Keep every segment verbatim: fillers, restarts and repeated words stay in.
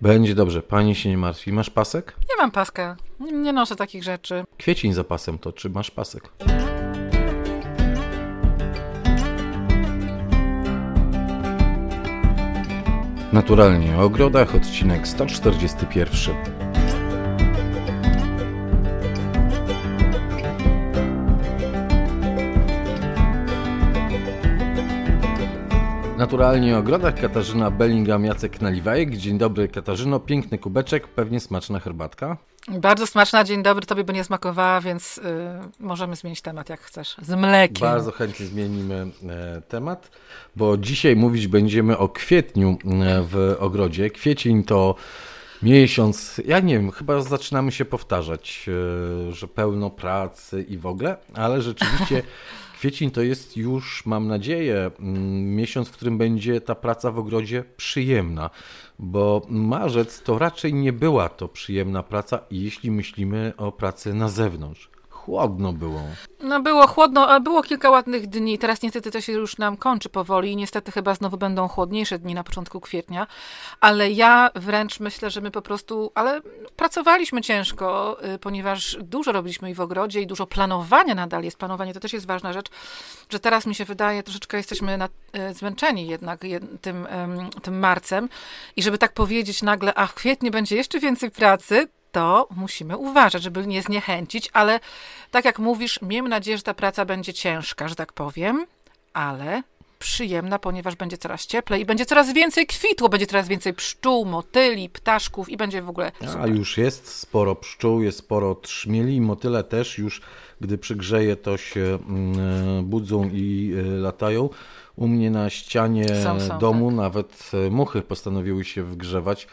Będzie dobrze, pani się nie martwi. Masz pasek? Nie mam paska, nie, nie noszę takich rzeczy. Kwiecień za pasem, to czy masz pasek? Naturalnie o ogrodach, odcinek sto czterdziesty pierwszy. Naturalnie o ogrodach, Katarzyna Bellingham, Jacek Naliwajek. Dzień dobry, Katarzyno. Piękny kubeczek, pewnie smaczna herbatka. Bardzo smaczna, dzień dobry, tobie by nie smakowała, więc yy, możemy zmienić temat jak chcesz. Z mlekiem. Bardzo chętnie zmienimy e, temat, bo dzisiaj mówić będziemy o kwietniu e, w ogrodzie. Kwiecień to miesiąc, ja nie wiem, chyba zaczynamy się powtarzać, e, że pełno pracy i w ogóle, ale rzeczywiście kwiecień to jest już, mam nadzieję, miesiąc, w którym będzie ta praca w ogrodzie przyjemna, bo marzec to raczej nie była to przyjemna praca, jeśli myślimy o pracy na zewnątrz. Chłodno było. No było chłodno, ale było kilka ładnych dni. Teraz niestety to się już nam kończy powoli i niestety chyba znowu będą chłodniejsze dni na początku kwietnia, ale ja wręcz myślę, że my po prostu, ale pracowaliśmy ciężko, ponieważ dużo robiliśmy i w ogrodzie i dużo planowania nadal jest. Planowanie to też jest ważna rzecz, że teraz mi się wydaje, troszeczkę jesteśmy na, zmęczeni jednak tym, tym marcem i żeby tak powiedzieć nagle, a w kwietniu będzie jeszcze więcej pracy, to musimy uważać, żeby nie zniechęcić, ale tak jak mówisz, miejmy nadzieję, że ta praca będzie ciężka, że tak powiem, ale przyjemna, ponieważ będzie coraz cieplej i będzie coraz więcej kwitło, będzie coraz więcej pszczół, motyli, ptaszków i będzie w ogóle super. A już jest sporo pszczół, jest sporo trzmieli, motyle też już, gdy przygrzeje, to się budzą i latają. U mnie na ścianie są, są, domu tak. Nawet muchy postanowiły się wgrzewać,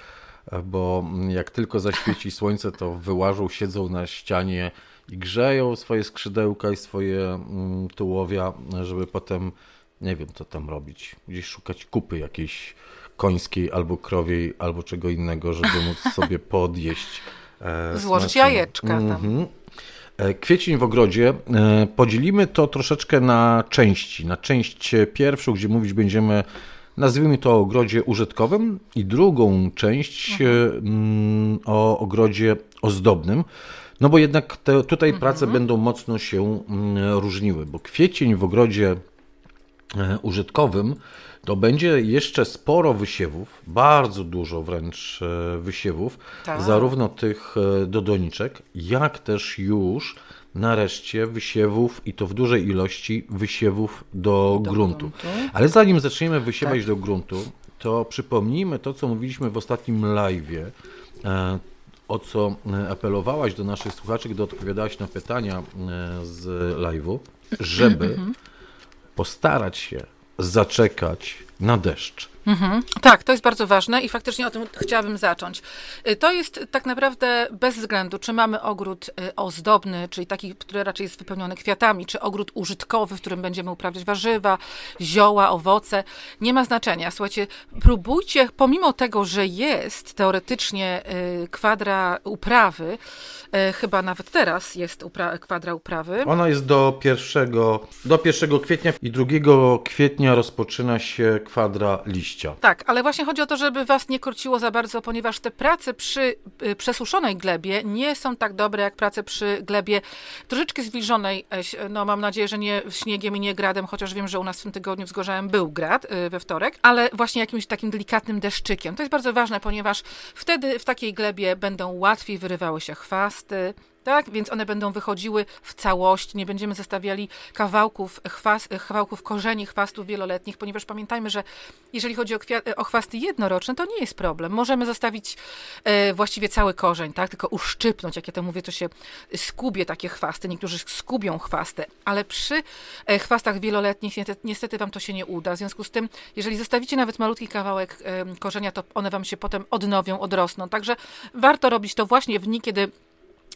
bo jak tylko zaświeci słońce, to wyłażą, siedzą na ścianie i grzeją swoje skrzydełka i swoje tułowia, żeby potem, nie wiem co tam robić, gdzieś szukać kupy jakiejś końskiej albo krowiej, albo czego innego, żeby móc sobie podjeść. E, Złożyć smacznie. Jajeczka tam. Mhm. Kwiecień w ogrodzie. Podzielimy to troszeczkę na części. Na część pierwszą, gdzie mówić będziemy, nazwijmy to o ogrodzie użytkowym, i drugą część mhm. o ogrodzie ozdobnym, no bo jednak te, tutaj mhm. prace będą mocno się różniły, bo kwiecień w ogrodzie użytkowym to będzie jeszcze sporo wysiewów, bardzo dużo wręcz wysiewów, tak. zarówno tych do doniczek, jak też już nareszcie wysiewów, i to w dużej ilości, wysiewów do, do gruntu. gruntu. Ale zanim zaczniemy wysiewać tak. do gruntu, to przypomnijmy to, co mówiliśmy w ostatnim live'ie, o co apelowałaś do naszych słuchaczy, gdy odpowiadałaś na pytania z live'u, żeby postarać się zaczekać na deszcz. Mhm. Tak, to jest bardzo ważne i faktycznie o tym chciałabym zacząć. To jest tak naprawdę bez względu, czy mamy ogród ozdobny, czyli taki, który raczej jest wypełniony kwiatami, czy ogród użytkowy, w którym będziemy uprawiać warzywa, zioła, owoce. Nie ma znaczenia. Słuchajcie, próbujcie, pomimo tego, że jest teoretycznie kwadra uprawy, chyba nawet teraz jest upra- kwadra uprawy. Ona jest do pierwszego, do pierwszego kwietnia i drugiego kwietnia rozpoczyna się kwadra liścia. Tak, ale właśnie chodzi o to, żeby was nie korciło za bardzo, ponieważ te prace przy y, przesuszonej glebie nie są tak dobre jak prace przy glebie troszeczkę zwilżonej. No mam nadzieję, że nie śniegiem i nie gradem, chociaż wiem, że u nas w tym tygodniu w Zgorzałem był grad y, we wtorek, ale właśnie jakimś takim delikatnym deszczykiem. To jest bardzo ważne, ponieważ wtedy w takiej glebie będą łatwiej wyrywały się chwasty, tak? Więc one będą wychodziły w całość, nie będziemy zostawiali kawałków, chwas, kawałków korzeni chwastów wieloletnich, ponieważ pamiętajmy, że jeżeli chodzi o, kwiat, o chwasty jednoroczne, to nie jest problem. Możemy zostawić e, właściwie cały korzeń, tak? Tylko uszczypnąć, jak ja to mówię, to się skubie takie chwasty, niektórzy skubią chwastę, ale przy e, chwastach wieloletnich niestety, niestety wam to się nie uda. W związku z tym, jeżeli zostawicie nawet malutki kawałek e, korzenia, to one wam się potem odnowią, odrosną. Także warto robić to właśnie w dni, kiedy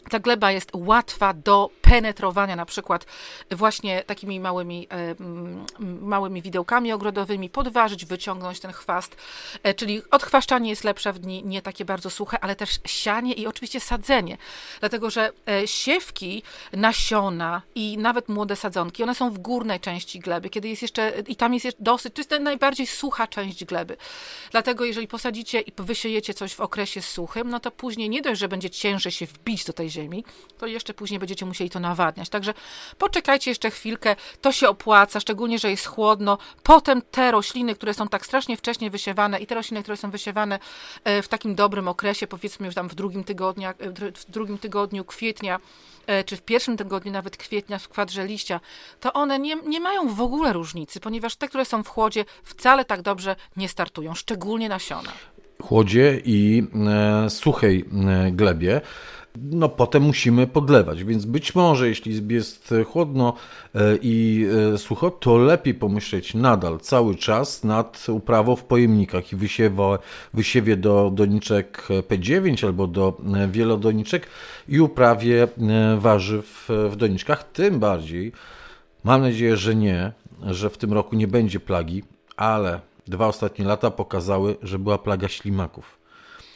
Ta gleba jest łatwa do penetrowania, na przykład właśnie takimi małymi, e, małymi widełkami ogrodowymi, podważyć, wyciągnąć ten chwast, e, czyli odchwaszczanie jest lepsze w dni nie takie bardzo suche, ale też sianie i oczywiście sadzenie, dlatego że e, siewki, nasiona i nawet młode sadzonki, one są w górnej części gleby, kiedy jest jeszcze, i tam jest dosyć, to jest najbardziej sucha część gleby, dlatego jeżeli posadzicie i wysiejecie coś w okresie suchym, no to później nie dość, że będzie ciężej się wbić do tej ziemi, to jeszcze później będziecie musieli to nawadniać. Także poczekajcie jeszcze chwilkę, to się opłaca, szczególnie, że jest chłodno. Potem te rośliny, które są tak strasznie wcześnie wysiewane i te rośliny, które są wysiewane w takim dobrym okresie, powiedzmy już tam w drugim tygodniu, w drugim tygodniu kwietnia, czy w pierwszym tygodniu nawet kwietnia w kwadrze liścia, to one nie, nie mają w ogóle różnicy, ponieważ te, które są w chłodzie, wcale tak dobrze nie startują, szczególnie nasiona. Chłodzie i e, suchej e, glebie. No potem musimy podlewać, więc być może jeśli jest chłodno i sucho, to lepiej pomyśleć nadal cały czas nad uprawą w pojemnikach i wysiewa, wysiewie do doniczek P dziewięć albo do wielodoniczek i uprawie warzyw w doniczkach. Tym bardziej, mam nadzieję, że nie, że w tym roku nie będzie plagi, ale dwa ostatnie lata pokazały, że była plaga ślimaków.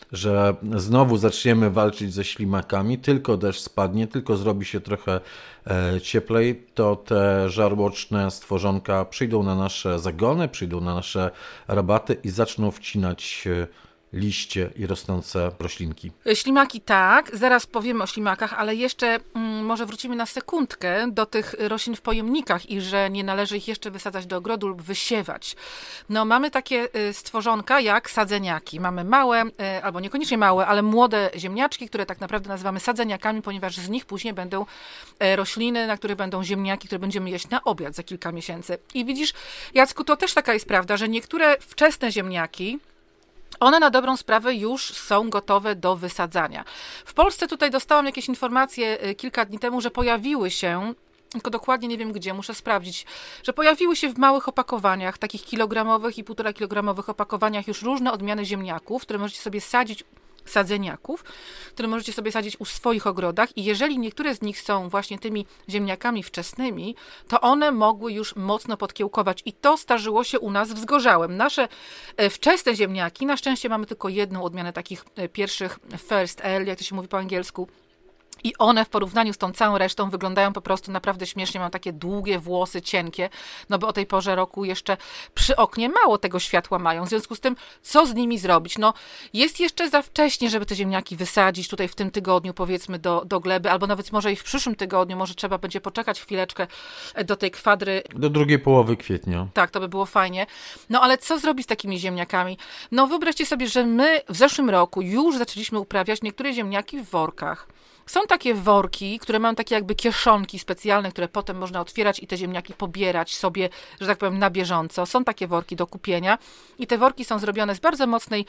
Że znowu zaczniemy walczyć ze ślimakami, tylko deszcz spadnie, tylko zrobi się trochę cieplej, to te żarłoczne stworzonka przyjdą na nasze zagony, przyjdą na nasze rabaty i zaczną wcinać liście i rosnące roślinki. Ślimaki tak, zaraz powiemy o ślimakach, ale jeszcze mm, może wrócimy na sekundkę do tych roślin w pojemnikach i że nie należy ich jeszcze wysadzać do ogrodu lub wysiewać. No mamy takie y, stworzonka jak sadzeniaki. Mamy małe, y, albo niekoniecznie małe, ale młode ziemniaczki, które tak naprawdę nazywamy sadzeniakami, ponieważ z nich później będą y, rośliny, na których będą ziemniaki, które będziemy jeść na obiad za kilka miesięcy. I widzisz, Jacku, to też taka jest prawda, że niektóre wczesne ziemniaki, one na dobrą sprawę już są gotowe do wysadzania. W Polsce tutaj dostałam jakieś informacje kilka dni temu, że pojawiły się, tylko dokładnie nie wiem gdzie, muszę sprawdzić, że pojawiły się w małych opakowaniach, takich kilogramowych i półtora kilogramowych opakowaniach już różne odmiany ziemniaków, które możecie sobie sadzić, sadzeniaków, które możecie sobie sadzić u swoich ogrodach i jeżeli niektóre z nich są właśnie tymi ziemniakami wczesnymi, to one mogły już mocno podkiełkować i to starzyło się u nas w Zgorzałym. Nasze wczesne ziemniaki, na szczęście mamy tylko jedną odmianę takich pierwszych first L, jak to się mówi po angielsku, i one w porównaniu z tą całą resztą wyglądają po prostu naprawdę śmiesznie, mają takie długie włosy, cienkie, no bo o tej porze roku jeszcze przy oknie mało tego światła mają. W związku z tym, co z nimi zrobić? No jest jeszcze za wcześnie, żeby te ziemniaki wysadzić tutaj w tym tygodniu, powiedzmy, do, do gleby, albo nawet może i w przyszłym tygodniu, może trzeba będzie poczekać chwileczkę do tej kwadry. Do drugiej połowy kwietnia. Tak, to by było fajnie. No ale co zrobić z takimi ziemniakami? No wyobraźcie sobie, że my w zeszłym roku już zaczęliśmy uprawiać niektóre ziemniaki w workach. Są takie worki, które mają takie jakby kieszonki specjalne, które potem można otwierać i te ziemniaki pobierać sobie, że tak powiem, na bieżąco. Są takie worki do kupienia i te worki są zrobione z bardzo mocnej,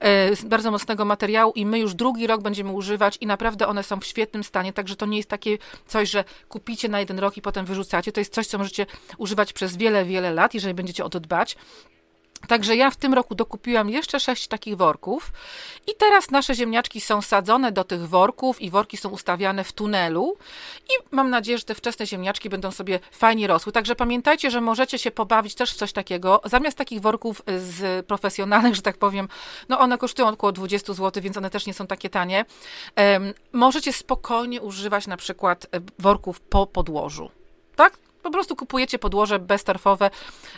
z bardzo mocnego materiału i my już drugi rok będziemy używać i naprawdę one są w świetnym stanie, także to nie jest takie coś, że kupicie na jeden rok i potem wyrzucacie. To jest coś, co możecie używać przez wiele, wiele lat, jeżeli będziecie o to dbać. Także ja w tym roku dokupiłam jeszcze sześć takich worków i teraz nasze ziemniaczki są sadzone do tych worków i worki są ustawiane w tunelu i mam nadzieję, że te wczesne ziemniaczki będą sobie fajnie rosły. Także pamiętajcie, że możecie się pobawić też w coś takiego. Zamiast takich worków z profesjonalnych, że tak powiem, no one kosztują około dwadzieścia złotych, więc one też nie są takie tanie. Um, możecie spokojnie używać na przykład worków po podłożu, tak? Po prostu kupujecie podłoże beztorfowe,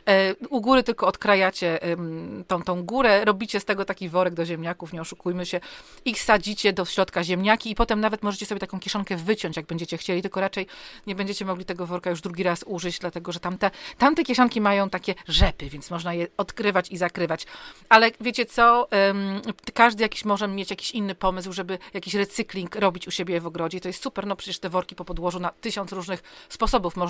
u góry tylko odkrajacie tą, tą górę, robicie z tego taki worek do ziemniaków, nie oszukujmy się, i sadzicie do środka ziemniaki i potem nawet możecie sobie taką kieszonkę wyciąć, jak będziecie chcieli, tylko raczej nie będziecie mogli tego worka już drugi raz użyć, dlatego że tamte, tamte kieszonki mają takie rzepy, więc można je odkrywać i zakrywać. Ale wiecie co, każdy jakiś może mieć jakiś inny pomysł, żeby jakiś recykling robić u siebie w ogrodzie. To jest super, no przecież te worki po podłożu na tysiąc różnych sposobów można używać.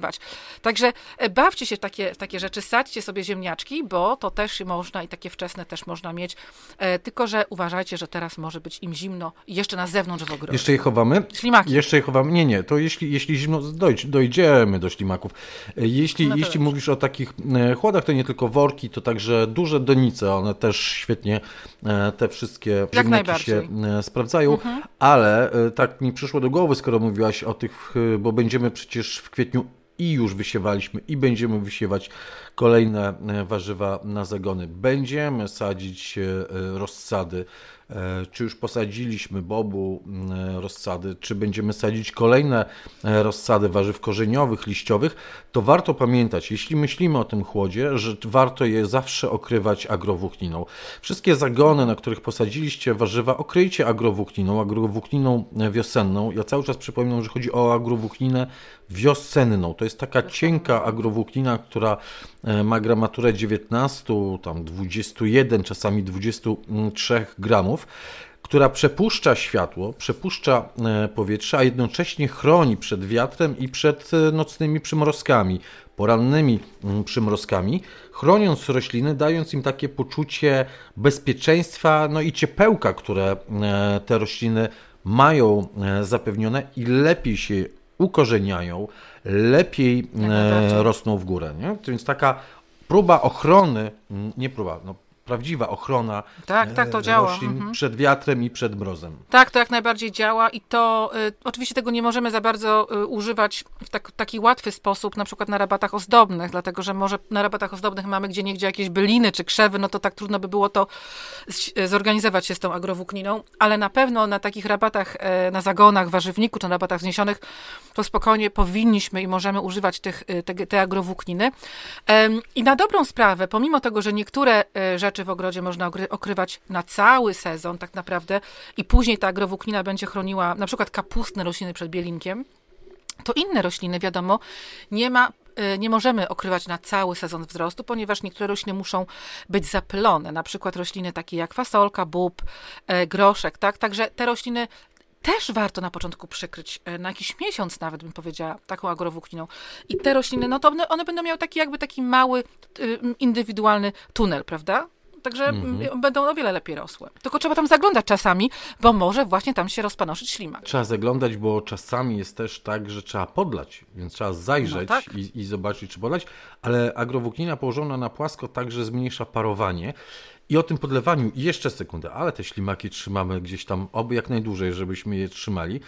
ukrywać. Także bawcie się w takie, w takie rzeczy, sadźcie sobie ziemniaczki, bo to też można i takie wczesne też można mieć, e, tylko że uważajcie, że teraz może być im zimno i jeszcze na zewnątrz w ogrodzie. Jeszcze je chowamy? Ślimaki. Jeszcze je chowamy? Nie, nie, to jeśli, jeśli zimno, dojdź, dojdziemy do ślimaków. Jeśli, No to jeśli dobrze. mówisz o takich chłodach, to nie tylko worki, to także duże donice, one też świetnie e, te wszystkie ziemniaki najbardziej. się e, sprawdzają, mhm. ale e, tak mi przyszło do głowy, skoro mówiłaś o tych, e, bo będziemy przecież w kwietniu i już wysiewaliśmy i będziemy wysiewać kolejne e, warzywa na zagony. Będziemy sadzić e, rozsady. E, Czy już posadziliśmy bobu e, rozsady, czy będziemy sadzić kolejne e, rozsady warzyw korzeniowych, liściowych, to warto pamiętać, jeśli myślimy o tym chłodzie, że warto je zawsze okrywać agrowłókniną. Wszystkie zagony, na których posadziliście warzywa, okryjcie agrowłókniną, agrowłókniną wiosenną. Ja cały czas przypominam, że chodzi o agrowłókninę wiosenną. To jest taka cienka agrowłóknina, która ma gramaturę dziewiętnaście, tam dwadzieścia jeden, czasami dwadzieścia trzy gramów, która przepuszcza światło, przepuszcza powietrze, a jednocześnie chroni przed wiatrem i przed nocnymi przymrozkami, porannymi przymrozkami, chroniąc rośliny, dając im takie poczucie bezpieczeństwa, no i ciepełka, które te rośliny mają zapewnione i lepiej się ukorzeniają, lepiej e, rosną w górę. Nie? Więc taka próba ochrony, nie próba, no, prawdziwa ochrona tak, tak, to działa. roślin mhm. przed wiatrem i przed mrozem. Tak, to jak najbardziej działa i to y, oczywiście tego nie możemy za bardzo y, używać w tak, taki łatwy sposób, na przykład na rabatach ozdobnych, dlatego że może na rabatach ozdobnych mamy gdzie niegdzie jakieś byliny czy krzewy, no to tak trudno by było to z, zorganizować się z tą agrowłókniną, ale na pewno na takich rabatach, y, na zagonach warzywniku czy na rabatach wzniesionych, to spokojnie powinniśmy i możemy używać tych, y, te, te agrowłókniny. Ym, I na dobrą sprawę, pomimo tego, że niektóre y, rzeczy w ogrodzie można okrywać na cały sezon tak naprawdę i później ta agrowłóknina będzie chroniła na przykład kapustne rośliny przed bielinkiem, to inne rośliny, wiadomo, nie ma, nie możemy okrywać na cały sezon wzrostu, ponieważ niektóre rośliny muszą być zapylone, na przykład rośliny takie jak fasolka, bób, groszek, tak? Także te rośliny też warto na początku przykryć, na jakiś miesiąc nawet bym powiedziała, taką agrowłókniną. I te rośliny, no to one, one będą miały taki jakby taki mały, indywidualny tunel, prawda? Także mm-hmm. będą o wiele lepiej rosły. Tylko trzeba tam zaglądać czasami, bo może właśnie tam się rozpanoszyć ślimak. Trzeba zaglądać, bo czasami jest też tak, że trzeba podlać, więc trzeba zajrzeć no tak. i, i zobaczyć, czy podlać, ale agrowłóknina położona na płasko także zmniejsza parowanie. I o tym podlewaniu jeszcze sekundę, ale te ślimaki trzymamy gdzieś tam, oby jak najdłużej, żebyśmy je trzymali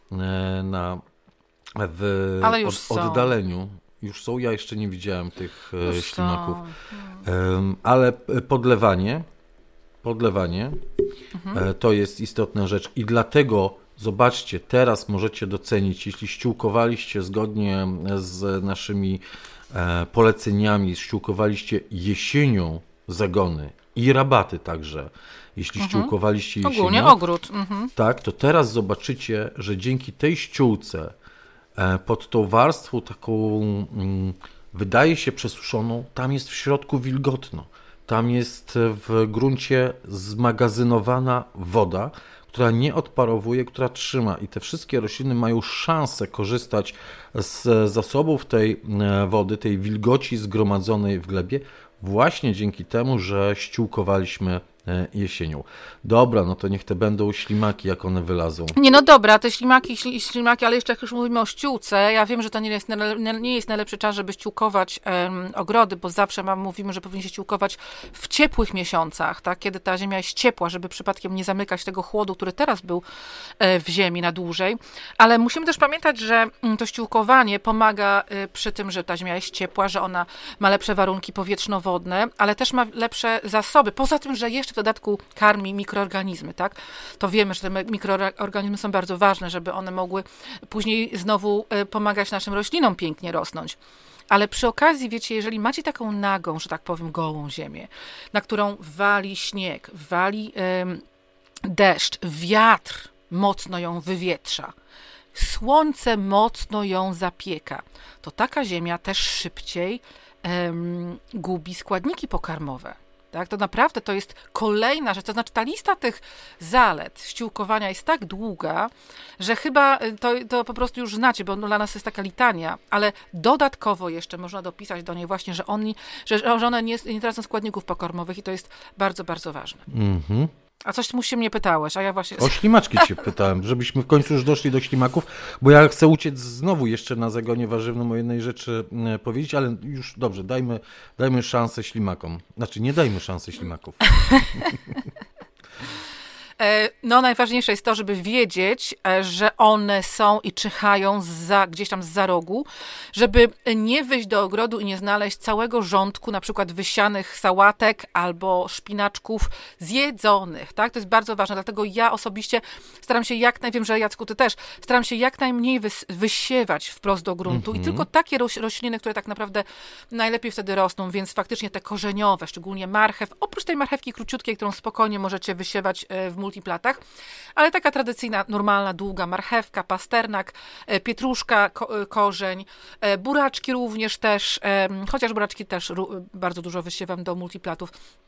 na, w ale już od, oddaleniu. Już są, ja jeszcze nie widziałem tych już ślimaków, um, ale podlewanie, podlewanie mhm. to jest istotna rzecz i dlatego zobaczcie, teraz możecie docenić, jeśli ściółkowaliście zgodnie z naszymi poleceniami, ściółkowaliście jesienią zagony i rabaty także, jeśli mhm. ściółkowaliście jesienią. Ogólnie ogród. Mhm. Tak, to teraz zobaczycie, że dzięki tej ściółce pod tą warstwą taką, wydaje się przesuszoną, tam jest w środku wilgotno. Tam jest w gruncie zmagazynowana woda, która nie odparowuje, która trzyma i te wszystkie rośliny mają szansę korzystać z zasobów tej wody, tej wilgoci zgromadzonej w glebie właśnie dzięki temu, że ściółkowaliśmy jesienią. Dobra, no to niech te będą ślimaki, jak one wylazą. Nie, no dobra, te ślimaki, ślimaki, ale jeszcze jak już mówimy o ściółce, ja wiem, że to nie jest, nie jest najlepszy czas, żeby ściółkować um, ogrody, bo zawsze mam, mówimy, że powinien się ściółkować w ciepłych miesiącach, tak, kiedy ta ziemia jest ciepła, żeby przypadkiem nie zamykać tego chłodu, który teraz był e, w ziemi na dłużej, ale musimy też pamiętać, że to ściółkowanie pomaga e, przy tym, że ta ziemia jest ciepła, że ona ma lepsze warunki powietrzno-wodne, ale też ma lepsze zasoby, poza tym, że jeszcze w dodatku karmi mikroorganizmy, tak? To wiemy, że te mikroorganizmy są bardzo ważne, żeby one mogły później znowu pomagać naszym roślinom pięknie rosnąć. Ale przy okazji, wiecie, jeżeli macie taką nagą, że tak powiem, gołą ziemię, na którą wali śnieg, wali ym, deszcz, wiatr mocno ją wywietrza, słońce mocno ją zapieka, to taka ziemia też szybciej ym, gubi składniki pokarmowe. Tak? To naprawdę to jest kolejna rzecz. To znaczy ta lista tych zalet ściółkowania jest tak długa, że chyba to, to po prostu już znacie, bo dla nas jest taka litania, ale dodatkowo jeszcze można dopisać do niej właśnie, że, oni, że, że one nie, nie tracą składników pokarmowych i to jest bardzo, bardzo ważne. Mhm. A coś mu się mnie pytałeś, a ja właśnie... O ślimaczki cię pytałem, żebyśmy w końcu już doszli do ślimaków, bo ja chcę uciec znowu jeszcze na zagonie warzywnym o jednej rzeczy powiedzieć, ale już dobrze, dajmy, dajmy szansę ślimakom. Znaczy, nie dajmy szansy ślimaków. No najważniejsze jest to, żeby wiedzieć, że one są i czyhają za, gdzieś tam zza rogu, żeby nie wyjść do ogrodu i nie znaleźć całego rządku na przykład wysianych sałatek albo szpinaczków zjedzonych, tak? To jest bardzo ważne, dlatego ja osobiście staram się jak naj, wiem, że Jacku, ty też, staram się jak najmniej wys, wysiewać wprost do gruntu mm-hmm. i tylko takie roś, rośliny, które tak naprawdę najlepiej wtedy rosną, więc faktycznie te korzeniowe, szczególnie marchew, oprócz tej marchewki króciutkiej, którą spokojnie możecie wysiewać w multiplatach, ale taka tradycyjna, normalna, długa marchewka, pasternak, pietruszka, ko- korzeń, buraczki również też, chociaż buraczki też bardzo dużo wysiewam do multiplatów.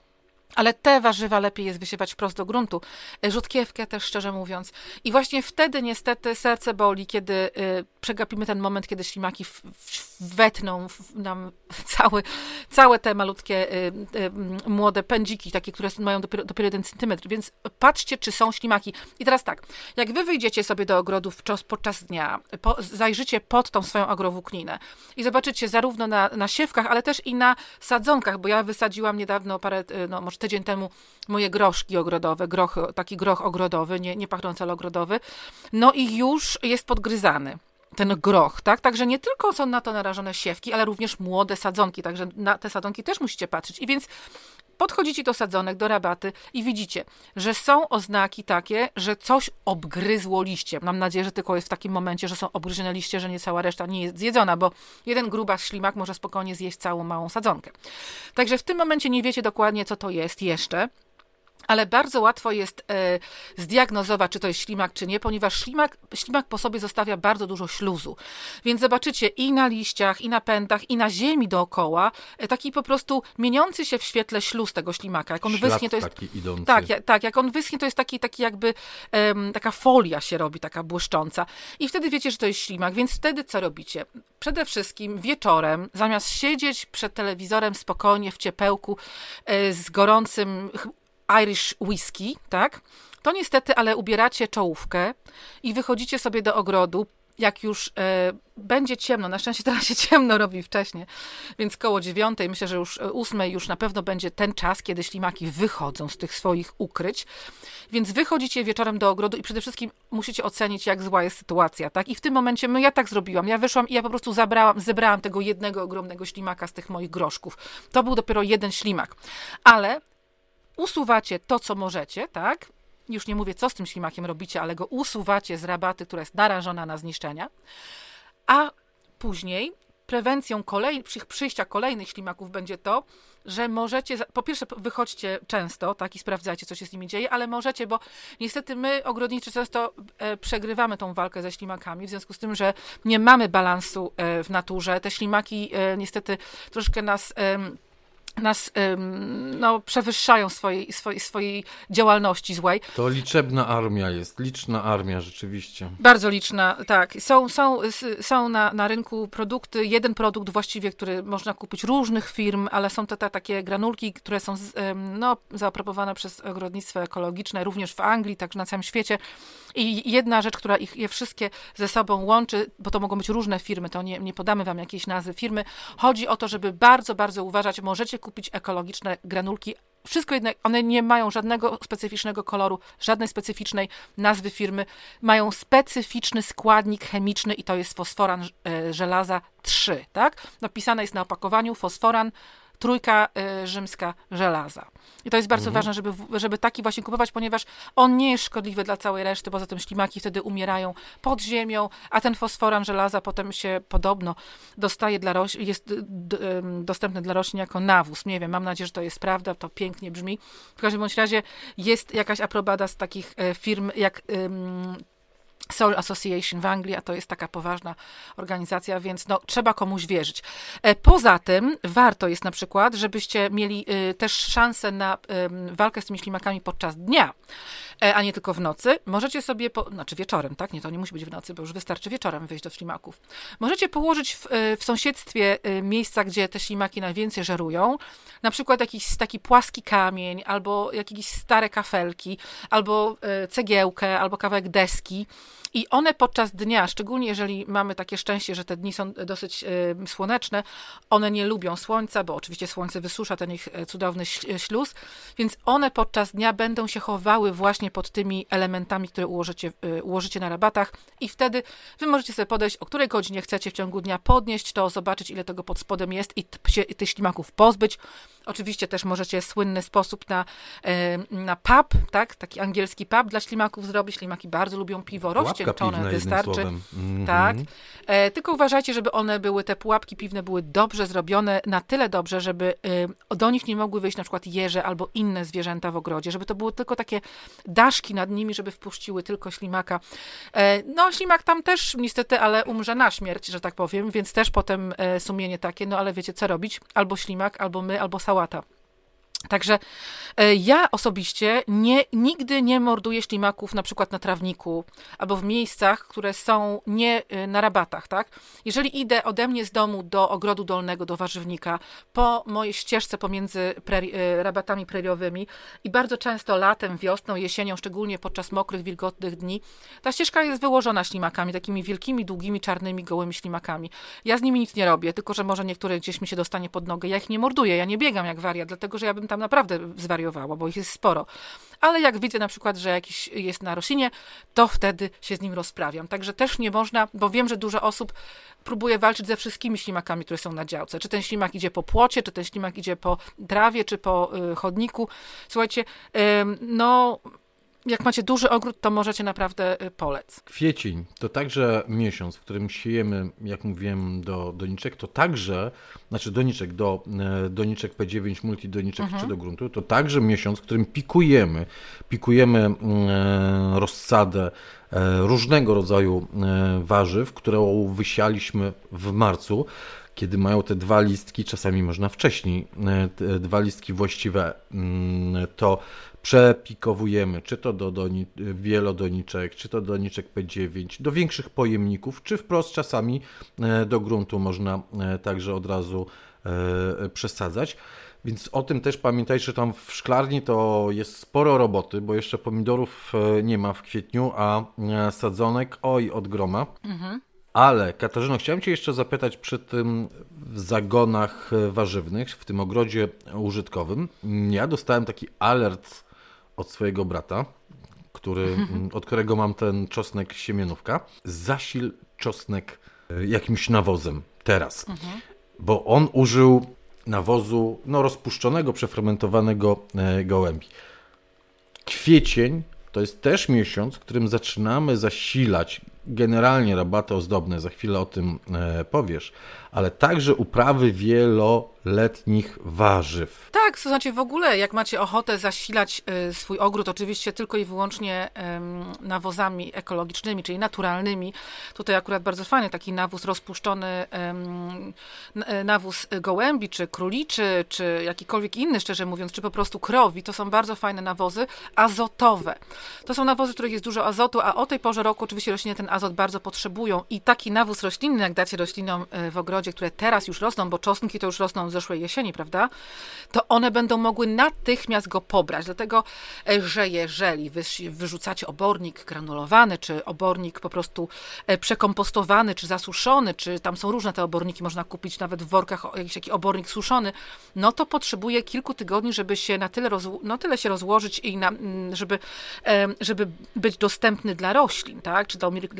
Ale te warzywa lepiej jest wysiewać wprost do gruntu. Rzutkiewkę też, szczerze mówiąc. I właśnie wtedy niestety serce boli, kiedy y, przegapimy ten moment, kiedy ślimaki w, w, wetną w nam cały, całe te malutkie y, y, młode pędziki, takie, które mają dopiero, dopiero jeden centymetr. Więc patrzcie, czy są ślimaki. I teraz tak, jak wy wyjdziecie sobie do ogrodu wczos, podczas dnia, po, zajrzycie pod tą swoją agrowłókninę i zobaczycie zarówno na, na siewkach, ale też i na sadzonkach, bo ja wysadziłam niedawno parę, no może tydzień temu moje groszki ogrodowe, groch, taki groch ogrodowy, nie, nie pachnący, ale ogrodowy, no i już jest podgryzany ten groch, tak? Także nie tylko są na to narażone siewki, ale również młode sadzonki, także na te sadzonki też musicie patrzeć. I więc podchodzicie do sadzonek, do rabaty i widzicie, że są oznaki takie, że coś obgryzło liście. Mam nadzieję, że tylko jest w takim momencie, że są obgryzione liście, że nie cała reszta nie jest zjedzona, bo jeden grubas ślimak może spokojnie zjeść całą małą sadzonkę. Także w tym momencie nie wiecie dokładnie, co to jest jeszcze. Ale bardzo łatwo jest e, zdiagnozować, czy to jest ślimak, czy nie, ponieważ ślimak, ślimak po sobie zostawia bardzo dużo śluzu. Więc zobaczycie i na liściach, i na pętach, i na ziemi dookoła e, taki po prostu mieniący się w świetle śluz tego ślimaka. Jak on Ślad wyschnie, to jest... taki idący. Tak, ja, tak, jak on wyschnie, to jest taki, taki jakby um, taka folia się robi, taka błyszcząca. I wtedy wiecie, że to jest ślimak. Więc wtedy co robicie? Przede wszystkim wieczorem, zamiast siedzieć przed telewizorem spokojnie w ciepełku e, z gorącym Irish whisky, tak? To niestety, ale ubieracie czołówkę i wychodzicie sobie do ogrodu, jak już e, będzie ciemno. Na szczęście teraz się ciemno robi wcześniej, więc koło dziewiątej, myślę, że już ósmej już na pewno będzie ten czas, kiedy ślimaki wychodzą z tych swoich ukryć. Więc wychodzicie wieczorem do ogrodu i przede wszystkim musicie ocenić, jak zła jest sytuacja, tak? I w tym momencie, no ja tak zrobiłam. Ja wyszłam i ja po prostu zabrałam, zebrałam tego jednego ogromnego ślimaka z tych moich groszków. To był dopiero jeden ślimak. Ale usuwacie to, co możecie, tak? Już nie mówię, co z tym ślimakiem robicie, ale go usuwacie z rabaty, która jest narażona na zniszczenia. A później prewencją kolej, przyjścia kolejnych ślimaków będzie to, że możecie, po pierwsze wychodźcie często, tak, i sprawdzajcie, co się z nimi dzieje, ale możecie, bo niestety my, ogrodniczy, często e, przegrywamy tą walkę ze ślimakami, w związku z tym, że nie mamy balansu e, w naturze. Te ślimaki e, niestety troszkę nas... E, nas no, przewyższają swojej, swojej, swojej działalności złej. To liczebna armia jest, liczna armia rzeczywiście. Bardzo liczna, tak. Są, są, są na, na rynku produkty, jeden produkt właściwie, który można kupić różnych firm, ale są to te takie granulki, które są no, zaaprobowane przez ogrodnictwo ekologiczne, również w Anglii, także na całym świecie. I jedna rzecz, która ich je wszystkie ze sobą łączy, bo to mogą być różne firmy, to nie, nie podamy wam jakiejś nazwy firmy, chodzi o to, żeby bardzo, bardzo uważać, możecie kupić ekologiczne granulki. Wszystko jednak, one nie mają żadnego specyficznego koloru, żadnej specyficznej nazwy firmy. Mają specyficzny składnik chemiczny i to jest fosforan e, żelaza trzy, tak? Napisane jest na opakowaniu fosforan trójka y, rzymska żelaza. I to jest bardzo mhm. ważne, żeby, żeby taki właśnie kupować, ponieważ on nie jest szkodliwy dla całej reszty, poza tym ślimaki wtedy umierają pod ziemią, a ten fosforan żelaza potem się podobno dostaje dla roślin, jest d, d, dostępny dla roślin jako nawóz. Nie wiem, mam nadzieję, że to jest prawda, to pięknie brzmi. W każdym bądź razie jest jakaś aprobata z takich e, firm jak ym, Soil Association w Anglii, a to jest taka poważna organizacja, więc no, trzeba komuś wierzyć. Poza tym warto jest na przykład, żebyście mieli też szansę na walkę z tymi ślimakami podczas dnia, a nie tylko w nocy. Możecie sobie, po, znaczy wieczorem, tak? Nie, to nie musi być w nocy, bo już wystarczy wieczorem wyjść do ślimaków. Możecie położyć w, w sąsiedztwie miejsca, gdzie te ślimaki najwięcej żerują, na przykład jakiś taki płaski kamień, albo jakieś stare kafelki, albo cegiełkę, albo kawałek deski. I one podczas dnia, szczególnie jeżeli mamy takie szczęście, że te dni są dosyć y, słoneczne, one nie lubią słońca, bo oczywiście słońce wysusza ten ich cudowny śluz, więc one podczas dnia będą się chowały właśnie pod tymi elementami, które ułożycie, y, ułożycie na rabatach i wtedy wy możecie sobie podejść, o której godzinie chcecie w ciągu dnia podnieść to, zobaczyć, ile tego pod spodem jest i t- się tych ślimaków pozbyć. Oczywiście też możecie słynny sposób na, y, na pub, tak? Taki angielski pub dla ślimaków zrobić. Ślimaki bardzo lubią piwo, rozcieńczone, wystarczy. Mm-hmm. Tak. E, tylko uważajcie, żeby one były, te pułapki piwne były dobrze zrobione, na tyle dobrze, żeby y, do nich nie mogły wyjść na przykład jeże albo inne zwierzęta w ogrodzie, żeby to były tylko takie daszki nad nimi, żeby wpuściły tylko ślimaka. E, no ślimak tam też niestety, ale umrze na śmierć, że tak powiem, więc też potem e, sumienie takie, no ale wiecie co robić? Albo ślimak, albo my, albo sałata. Także ja osobiście nie, nigdy nie morduję ślimaków na przykład na trawniku albo w miejscach, które są nie na rabatach, tak? Jeżeli idę ode mnie z domu do ogrodu dolnego, do warzywnika, po mojej ścieżce pomiędzy preri, rabatami preriowymi i bardzo często latem, wiosną, jesienią, szczególnie podczas mokrych, wilgotnych dni, ta ścieżka jest wyłożona ślimakami, takimi wielkimi, długimi, czarnymi, gołymi ślimakami. Ja z nimi nic nie robię, tylko że może niektóre gdzieś mi się dostanie pod nogę. Ja ich nie morduję, ja nie biegam jak wariat, dlatego że ja bym tam naprawdę zwariowała, bo ich jest sporo. Ale jak widzę na przykład, że jakiś jest na roślinie, to wtedy się z nim rozprawiam. Także też nie można, bo wiem, że dużo osób próbuje walczyć ze wszystkimi ślimakami, które są na działce. Czy ten ślimak idzie po płocie, czy ten ślimak idzie po trawie, czy po y, chodniku. Słuchajcie, y, no... Jak macie duży ogród, to możecie naprawdę polec. Kwiecień to także miesiąc, w którym siejemy, jak mówiłem, do doniczek, to także, znaczy doniczek do doniczek P dziewięć, multidoniczek mhm. czy do gruntu, to także miesiąc, w którym pikujemy, pikujemy rozsadę różnego rodzaju warzyw, którą wysialiśmy w marcu, kiedy mają te dwa listki, czasami można wcześniej, te dwa listki właściwe, to przepikowujemy, czy to do doni, wielodoniczek, czy to doniczek P dziewięć, do większych pojemników, czy wprost czasami do gruntu można także od razu przesadzać. Więc o tym też pamiętajcie, że tam w szklarni to jest sporo roboty, bo jeszcze pomidorów nie ma w kwietniu, a sadzonek oj od groma. Mhm. Ale Katarzyno, chciałem Cię jeszcze zapytać przy tym w zagonach warzywnych, w tym ogrodzie użytkowym. Ja dostałem taki alert od swojego brata, który, od którego mam ten czosnek siemienówka. Zasil czosnek jakimś nawozem teraz, mhm. bo on użył nawozu no, rozpuszczonego, przefermentowanego gołębi. Kwiecień to jest też miesiąc, w którym zaczynamy zasilać generalnie rabaty ozdobne, za chwilę o tym powiesz, ale także uprawy wieloletnich warzyw. Tak, to znaczy w ogóle jak macie ochotę zasilać swój ogród, oczywiście tylko i wyłącznie nawozami ekologicznymi, czyli naturalnymi, tutaj akurat bardzo fajny taki nawóz rozpuszczony, nawóz gołębi, czy króliczy, czy jakikolwiek inny, szczerze mówiąc, czy po prostu krowi, to są bardzo fajne nawozy azotowe. To są nawozy, w których jest dużo azotu, a o tej porze roku oczywiście rośliny ten azot bardzo potrzebują i taki nawóz roślinny, jak dacie roślinom w ogrodzie, które teraz już rosną, bo czosnki to już rosną z zeszłej jesieni, prawda, to one będą mogły natychmiast go pobrać, dlatego, że jeżeli wy wyrzucacie obornik granulowany, czy obornik po prostu przekompostowany, czy zasuszony, czy tam są różne te oborniki, można kupić nawet w workach jakiś taki obornik suszony, no to potrzebuje kilku tygodni, żeby się na tyle, rozło- no tyle się rozłożyć i na, żeby, żeby być dostępny dla roślin, tak, czy dla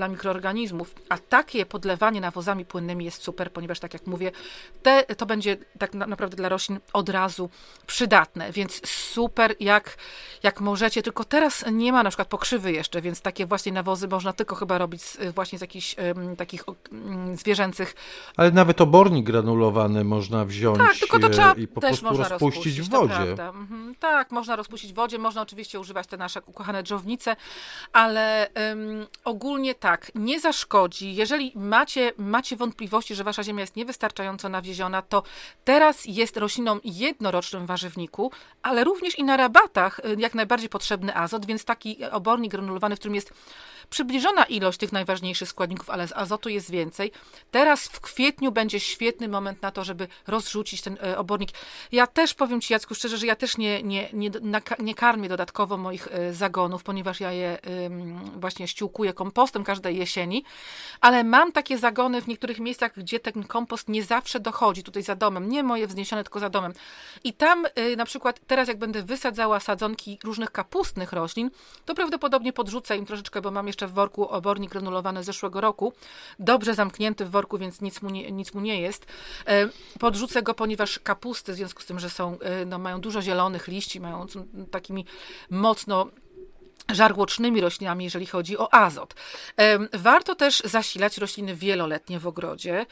dla mikroorganizmów, a takie podlewanie nawozami płynnymi jest super, ponieważ tak jak mówię, te, to będzie tak naprawdę dla roślin od razu przydatne, więc super jak, jak możecie, tylko teraz nie ma na przykład pokrzywy jeszcze, więc takie właśnie nawozy można tylko chyba robić z, właśnie z jakichś um, takich um, zwierzęcych. Ale nawet obornik granulowany można wziąć tak, tylko to trzeba i po też prostu rozpuścić, rozpuścić w wodzie. Mhm. Tak, można rozpuścić w wodzie, można oczywiście używać te nasze ukochane dżownice, ale um, ogólnie tak, nie zaszkodzi. Jeżeli macie, macie wątpliwości, że wasza ziemia jest niewystarczająco nawieziona, to teraz jest roślinom jednorocznym warzywniku, ale również i na rabatach jak najbardziej potrzebny azot, więc taki obornik granulowany, w którym jest przybliżona ilość tych najważniejszych składników, ale z azotu jest więcej. Teraz w kwietniu będzie świetny moment na to, żeby rozrzucić ten obornik. Ja też powiem Ci, Jacku, szczerze, że ja też nie, nie, nie, nie karmię dodatkowo moich zagonów, ponieważ ja je właśnie ściółkuję kompostem każdej jesieni, ale mam takie zagony w niektórych miejscach, gdzie ten kompost nie zawsze dochodzi, tutaj za domem, nie moje wzniesione, tylko za domem. I tam na przykład teraz jak będę wysadzała sadzonki różnych kapustnych roślin, to prawdopodobnie podrzucę im troszeczkę, bo mam jeszcze w worku obornik granulowany z zeszłego roku, dobrze zamknięty w worku, więc nic mu nie, nic mu nie jest. Podrzucę go, ponieważ kapusty, w związku z tym, że są, no, mają dużo zielonych liści, mają takimi mocno żarłocznymi roślinami, jeżeli chodzi o azot. Warto też zasilać rośliny wieloletnie w ogrodzie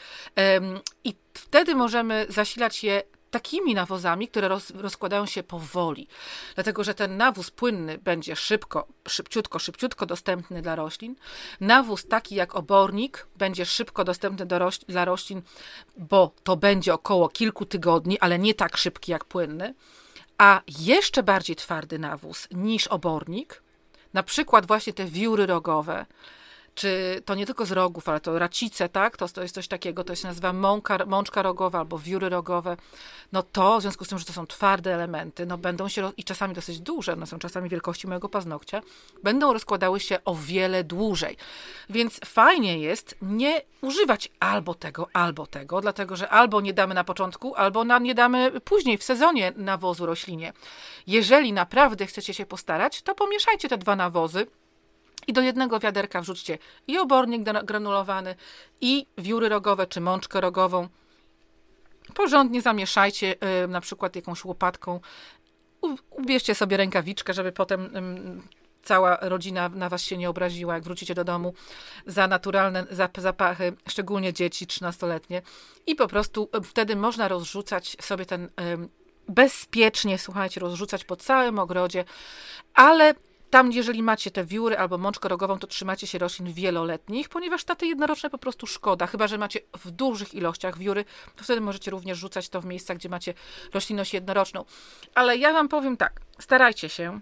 i wtedy możemy zasilać je takimi nawozami, które roz, rozkładają się powoli. Dlatego, że ten nawóz płynny będzie szybko, szybciutko, szybciutko dostępny dla roślin. Nawóz taki jak obornik będzie szybko dostępny do roślin, dla roślin, bo to będzie około kilku tygodni, ale nie tak szybki jak płynny. A jeszcze bardziej twardy nawóz niż obornik, na przykład właśnie te wióry rogowe, czy to nie tylko z rogów, ale to racice, tak? To, to jest coś takiego, to się nazywa mąka, mączka rogowa albo wióry rogowe. No to, w związku z tym, że to są twarde elementy, no będą się, i czasami dosyć duże, no są czasami wielkości mojego paznokcia, będą rozkładały się o wiele dłużej. Więc fajnie jest nie używać albo tego, albo tego, dlatego, że albo nie damy na początku, albo na, nie damy później w sezonie nawozu roślinie. Jeżeli naprawdę chcecie się postarać, to pomieszajcie te dwa nawozy, i do jednego wiaderka wrzućcie i obornik granulowany, i wióry rogowe, czy mączkę rogową. Porządnie zamieszajcie, yy, na przykład jakąś łopatką. U, ubierzcie sobie rękawiczkę, żeby potem yy, cała rodzina na was się nie obraziła, jak wrócicie do domu, za naturalne zapachy, szczególnie dzieci trzynastoletnie. I po prostu yy, wtedy można rozrzucać sobie ten yy, bezpiecznie, słuchajcie, rozrzucać po całym ogrodzie, ale tam, jeżeli macie te wióry albo mączkę rogową, to trzymacie się roślin wieloletnich, ponieważ na te jednoroczne po prostu szkoda. Chyba że macie w dużych ilościach wióry, to wtedy możecie również rzucać to w miejscach, gdzie macie roślinność jednoroczną. Ale ja wam powiem tak, starajcie się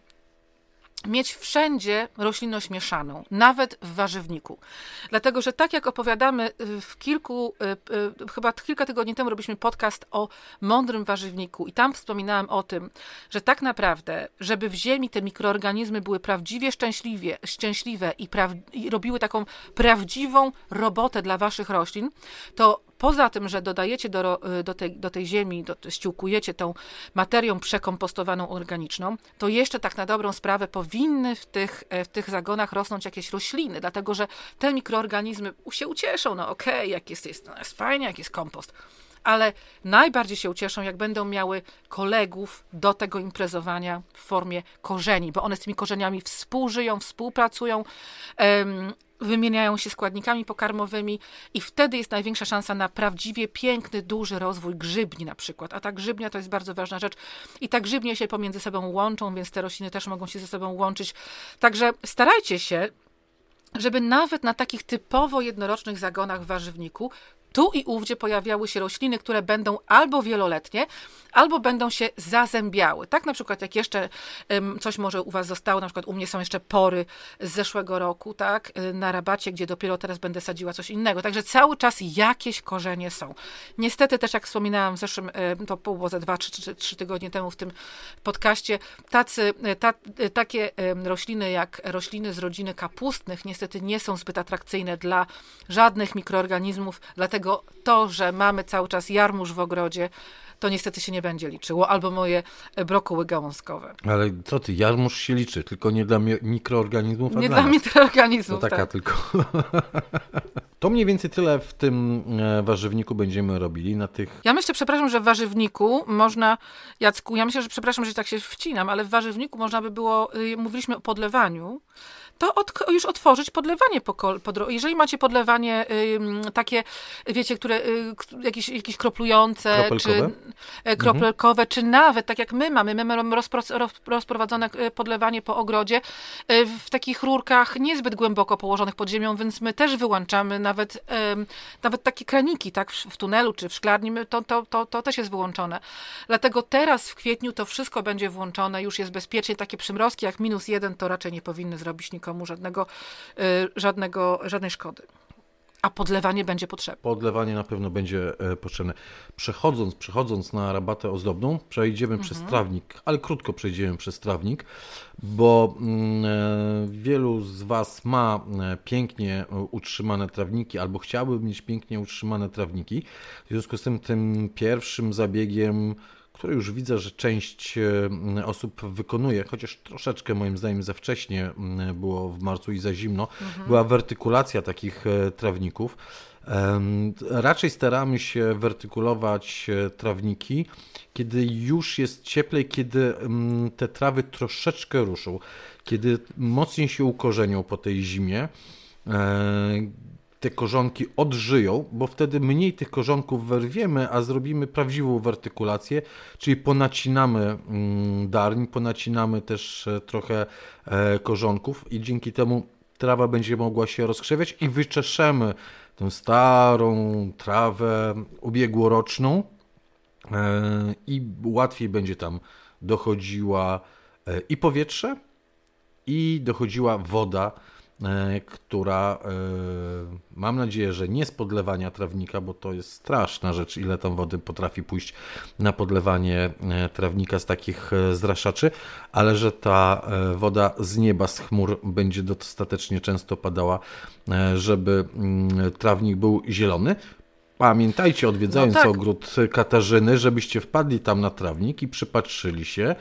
mieć wszędzie roślinność mieszaną, nawet w warzywniku. Dlatego, że tak jak opowiadamy w kilku, chyba kilka tygodni temu robiliśmy podcast o mądrym warzywniku i tam wspominałam o tym, że tak naprawdę, żeby w ziemi te mikroorganizmy były prawdziwie szczęśliwie, szczęśliwe i, pra, i robiły taką prawdziwą robotę dla waszych roślin, to poza tym, że dodajecie do, do, tej, do tej ziemi, do, ściółkujecie tą materią przekompostowaną organiczną, to jeszcze tak na dobrą sprawę powinny w tych, w tych zagonach rosnąć jakieś rośliny, dlatego że te mikroorganizmy się ucieszą, no okej, okay, jak jest, jest, no jest fajnie, jak jest kompost, ale najbardziej się ucieszą, jak będą miały kolegów do tego imprezowania w formie korzeni, bo one z tymi korzeniami współżyją, współpracują, um, wymieniają się składnikami pokarmowymi i wtedy jest największa szansa na prawdziwie piękny, duży rozwój grzybni na przykład. A ta grzybnia to jest bardzo ważna rzecz i ta grzybnie się pomiędzy sobą łączą, więc te rośliny też mogą się ze sobą łączyć. Także starajcie się, żeby nawet na takich typowo jednorocznych zagonach w warzywniku tu i ówdzie pojawiały się rośliny, które będą albo wieloletnie, albo będą się zazębiały. Tak na przykład jak jeszcze um, coś może u was zostało, na przykład u mnie są jeszcze pory z zeszłego roku, tak, na rabacie, gdzie dopiero teraz będę sadziła coś innego. Także cały czas jakieś korzenie są. Niestety też, jak wspominałam w zeszłym, to było ze dwa, trzy, trzy tygodnie temu w tym podcaście, tacy, ta, takie rośliny jak rośliny z rodziny kapustnych niestety nie są zbyt atrakcyjne dla żadnych mikroorganizmów, dlatego Dlatego to, że mamy cały czas jarmuż w ogrodzie, to niestety się nie będzie liczyło, albo moje brokuły gałązkowe. Ale co ty, jarmuż się liczy, tylko nie dla mi- mikroorganizmów, a Nie dla dla nas. mikroorganizmów, To taka tak. tylko. To mniej więcej tyle w tym e, warzywniku będziemy robili na tych... Ja myślę, przepraszam, że w warzywniku można, Jacku, ja myślę, że przepraszam, że tak się wcinam, ale w warzywniku można by było, y, mówiliśmy o podlewaniu, to od, już otworzyć podlewanie. Po, kol- po, dro- jeżeli macie podlewanie y, takie, wiecie, które y, k- jakieś, jakieś kroplujące, Kropelkowe? czy y, kropelkowe, czy nawet tak jak my mamy, my mamy rozpro- roz, rozprowadzone y, podlewanie po ogrodzie y, w takich rurkach niezbyt głęboko położonych pod ziemią, więc my też wyłączamy nawet, y, nawet takie kraniki, tak, w, w tunelu czy w szklarni, my, to, to, to, to też jest wyłączone. Dlatego teraz w kwietniu to wszystko będzie włączone, już jest bezpiecznie. Takie przymrozki jak minus jeden to raczej nie powinny zrobić nikomu żadnego, y, żadnego, żadnej szkody. A podlewanie będzie potrzebne. Podlewanie na pewno będzie e, potrzebne. Przechodząc, przechodząc na rabatę ozdobną, przejdziemy Mhm. przez trawnik, ale krótko przejdziemy przez trawnik, bo mm, e, wielu z Was ma e, pięknie utrzymane trawniki albo chciały mieć pięknie utrzymane trawniki. W związku z tym tym pierwszym zabiegiem, który już widzę, że część e, osób wykonuje, chociaż troszeczkę moim zdaniem za wcześnie m, było w marcu i za zimno, była wertykulacja takich e, trawników. Em, Raczej staramy się wertykulować e, trawniki, kiedy już jest cieplej, kiedy mm, te trawy troszeczkę ruszą, kiedy mocniej się ukorzenią po tej zimie. E, Te korzonki odżyją, bo wtedy mniej tych korzonków wyrwiemy, a zrobimy prawdziwą wertykulację, czyli ponacinamy mm, darń, ponacinamy też e, trochę e, korzonków i dzięki temu trawa będzie mogła się rozkrzewiać i wyczeszemy tę starą trawę ubiegłoroczną e, i łatwiej będzie tam dochodziła e, i powietrze, i dochodziła woda, e, która e, mam nadzieję, że nie z podlewania trawnika, bo to jest straszna rzecz, ile tam wody potrafi pójść na podlewanie e, trawnika z takich e, zraszaczy, ale że ta e, woda z nieba, z chmur będzie dostatecznie często padała, e, żeby mm, trawnik był zielony. Pamiętajcie, odwiedzając No tak. ogród Katarzyny, żebyście wpadli tam na trawnik i przypatrzyli się,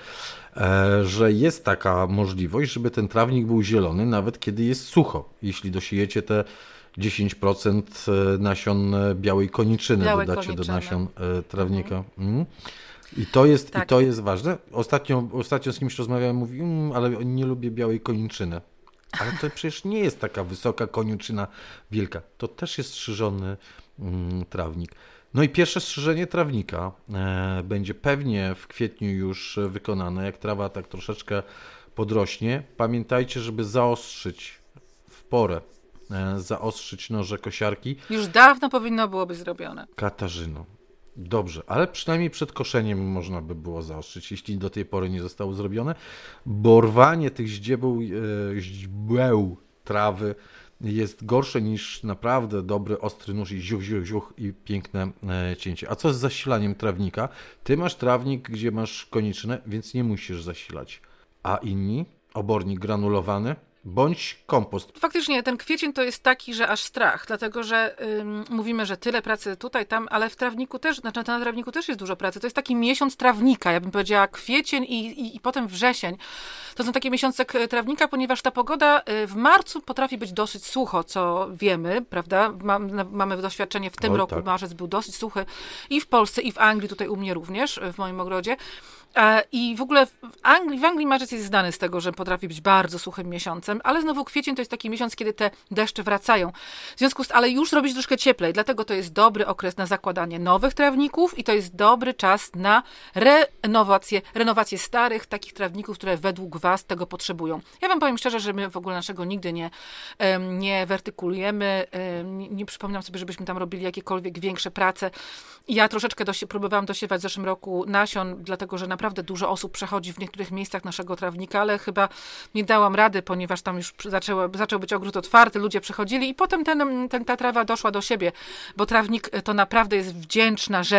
e, że jest taka możliwość, żeby ten trawnik był zielony, nawet kiedy jest sucho. Jeśli dosiejecie te dziesięć procent nasion białej koniczyny, Białej dodacie koniczyny. do nasion e, trawnika. Mm. I to jest, Tak. i to jest ważne. Ostatnio, ostatnio z kimś rozmawiałem, mówi, mm, ale nie lubię białej koniczyny. Ale to przecież nie jest taka wysoka koniczyna wielka. To też jest strzyżony mm, trawnik. No i pierwsze strzyżenie trawnika e, będzie pewnie w kwietniu już wykonane. Jak trawa tak troszeczkę podrośnie, pamiętajcie, żeby zaostrzyć w porę, e, zaostrzyć noże kosiarki. Już dawno powinno było być zrobione. Katarzyno, dobrze, ale przynajmniej przed koszeniem można by było zaostrzyć, jeśli do tej pory nie zostało zrobione, bo rwanie tych ździebeł, e, źdźbeł trawy jest gorsze niż naprawdę dobry, ostry nóż i ziuch, ziuch, ziuch i piękne e, cięcie. A co z zasilaniem trawnika? Ty masz trawnik, gdzie masz koniczynę, więc nie musisz zasilać. A inni? Obornik granulowany bądź kompost. Faktycznie ten kwiecień to jest taki, że aż strach, dlatego że ym, mówimy, że tyle pracy tutaj, tam, ale w trawniku też, znaczy na trawniku też jest dużo pracy. To jest taki miesiąc trawnika, ja bym powiedziała kwiecień i, i, i potem wrzesień. To są takie miesiące k- trawnika, ponieważ ta pogoda y, w marcu potrafi być dosyć sucho, co wiemy, prawda? Mam, na, mamy doświadczenie w tym Oj, roku, tak. marzec był dosyć suchy i w Polsce, i w Anglii, tutaj u mnie również, w moim ogrodzie. E, I w ogóle w Anglii, w Anglii marzec jest znany z tego, że potrafi być bardzo suchym miesiącem, ale znowu kwiecień to jest taki miesiąc, kiedy te deszcze wracają. W związku z, ale już robi się troszkę cieplej, dlatego to jest dobry okres na zakładanie nowych trawników i to jest dobry czas na renowację, renowację starych takich trawników, które według Was tego potrzebują. Ja Wam powiem szczerze, że my w ogóle naszego nigdy nie, em, nie wertykulujemy, em, nie, nie przypominam sobie, żebyśmy tam robili jakiekolwiek większe prace. Ja troszeczkę dosie, próbowałam dosiewać w zeszłym roku nasion, dlatego że naprawdę dużo osób przechodzi w niektórych miejscach naszego trawnika, ale chyba nie dałam rady, ponieważ tam już zaczęło, zaczął być ogród otwarty, ludzie przechodzili i potem ten, ten, ta trawa doszła do siebie, bo trawnik to naprawdę jest wdzięczna rzecz.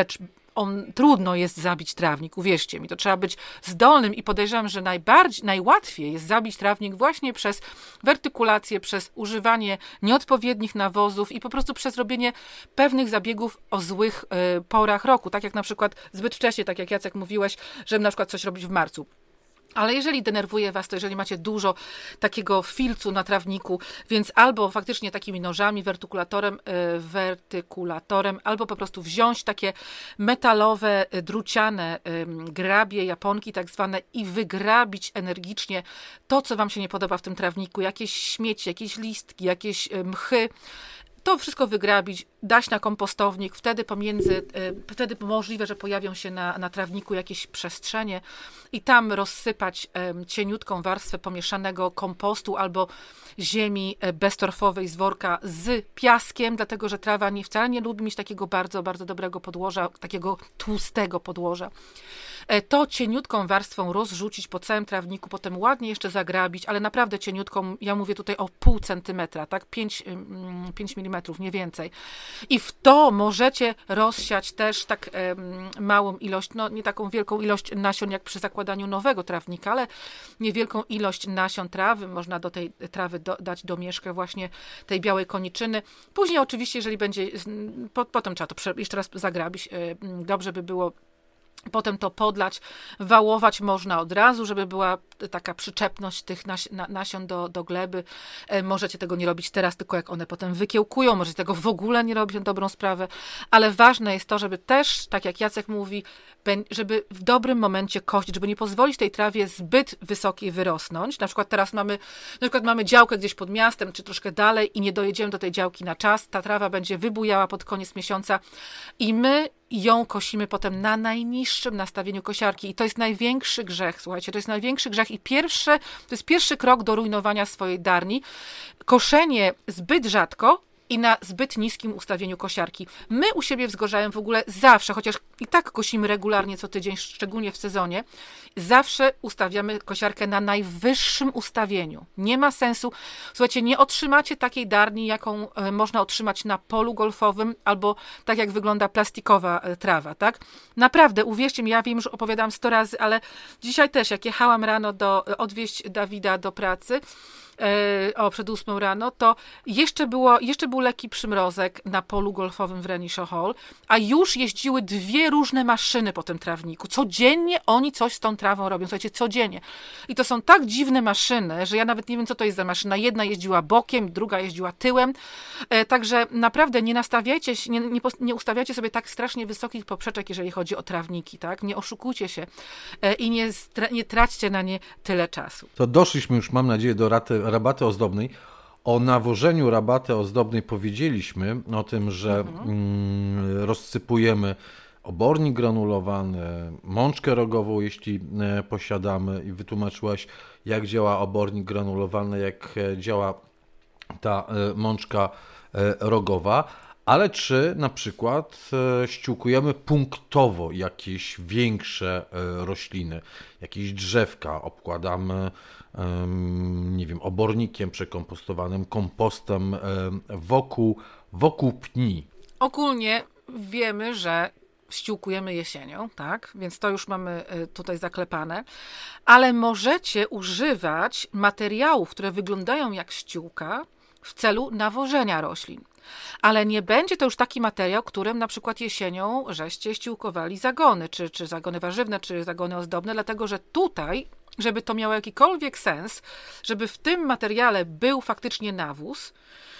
on, trudno jest zabić trawnik, uwierzcie mi, to trzeba być zdolnym i podejrzewam, że najbardziej, najłatwiej jest zabić trawnik właśnie przez wertykulację, przez używanie nieodpowiednich nawozów i po prostu przez robienie pewnych zabiegów o złych y, porach roku, tak jak na przykład zbyt wcześnie, tak jak Jacek mówiłeś, żeby na przykład coś robić w marcu. Ale jeżeli denerwuje was to, jeżeli macie dużo takiego filcu na trawniku, więc albo faktycznie takimi nożami, wertykulatorem, yy, wertykulatorem, albo po prostu wziąć takie metalowe, yy, druciane yy, grabie, japonki tak zwane i wygrabić energicznie to, co wam się nie podoba w tym trawniku, jakieś śmieci, jakieś listki, jakieś yy, mchy, to wszystko wygrabić, dać na kompostownik, wtedy pomiędzy, wtedy możliwe, że pojawią się na, na trawniku jakieś przestrzenie i tam rozsypać cieniutką warstwę pomieszanego kompostu albo ziemi beztorfowej z worka z piaskiem, dlatego że trawa nie, wcale nie lubi mieć takiego bardzo, bardzo dobrego podłoża, takiego tłustego podłoża. To cieniutką warstwą rozrzucić po całym trawniku, potem ładnie jeszcze zagrabić, ale naprawdę cieniutką, ja mówię tutaj o pół centymetra, tak, pięć milimetrów, nie więcej. I w to możecie rozsiać też tak um, małą ilość, no nie taką wielką ilość nasion jak przy zakładaniu nowego trawnika, ale niewielką ilość nasion trawy. Można do tej trawy do, dać domieszkę właśnie tej białej koniczyny. Później oczywiście, jeżeli będzie, po, potem trzeba to prze, jeszcze raz zagrabić, dobrze by było potem to podlać, wałować można od razu, żeby była taka przyczepność tych nasion do, do gleby. Możecie tego nie robić teraz, tylko jak one potem wykiełkują, możecie tego w ogóle nie robić na dobrą sprawę, ale ważne jest to, żeby też, tak jak Jacek mówi, żeby w dobrym momencie kosić, żeby nie pozwolić tej trawie zbyt wysokiej wyrosnąć. Na przykład teraz mamy, na przykład mamy działkę gdzieś pod miastem, czy troszkę dalej i nie dojedziemy do tej działki na czas. Ta trawa będzie wybujała pod koniec miesiąca i my ją kosimy potem na najniższym nastawieniu kosiarki. I to jest największy grzech, słuchajcie, to jest największy grzech i pierwszy, to jest pierwszy krok do rujnowania swojej darni. Koszenie zbyt rzadko i na zbyt niskim ustawieniu kosiarki. My u siebie w Zgorzałem w ogóle zawsze, chociaż i tak kosimy regularnie co tydzień, szczególnie w sezonie, zawsze ustawiamy kosiarkę na najwyższym ustawieniu. Nie ma sensu. Słuchajcie, nie otrzymacie takiej darni, jaką można otrzymać na polu golfowym albo tak jak wygląda plastikowa trawa, tak? Naprawdę, uwierzcie mi, ja wiem, że opowiadam sto razy, ale dzisiaj też, jak jechałam rano do, odwieźć Dawida do pracy, o, przed ósmą rano, to jeszcze, było, jeszcze był lekki przymrozek na polu golfowym w Renishaw Hall, a już jeździły dwie różne maszyny po tym trawniku. Codziennie oni coś z tą trawą robią, słuchajcie, codziennie. I to są tak dziwne maszyny, że ja nawet nie wiem, co to jest za maszyna. Jedna jeździła bokiem, druga jeździła tyłem. E, także naprawdę nie nastawiajcie się, nie, nie, nie ustawiajcie sobie tak strasznie wysokich poprzeczek, jeżeli chodzi o trawniki, tak? Nie oszukujcie się e, i nie, nie traćcie na nie tyle czasu. To doszliśmy już, mam nadzieję, do raty, rabaty ozdobnej. O nawożeniu rabaty ozdobnej powiedzieliśmy, o tym, że mhm. mm, rozsypujemy obornik granulowany, mączkę rogową, jeśli e, posiadamy, i wytłumaczyłaś, jak działa obornik granulowany, jak działa ta e, mączka e, rogowa, ale czy na przykład e, ściółkujemy punktowo jakieś większe e, rośliny, jakieś drzewka, obkładamy e, nie wiem, obornikiem przekompostowanym, kompostem e, wokół, wokół pni. Ogólnie wiemy, że ściółkujemy jesienią, tak? Więc to już mamy tutaj zaklepane. Ale możecie używać materiałów, które wyglądają jak ściółka w celu nawożenia roślin. Ale nie będzie to już taki materiał, którym na przykład jesienią żeście ściółkowali zagony, czy, czy zagony warzywne, czy zagony ozdobne, dlatego że tutaj, żeby to miało jakikolwiek sens, żeby w tym materiale był faktycznie nawóz,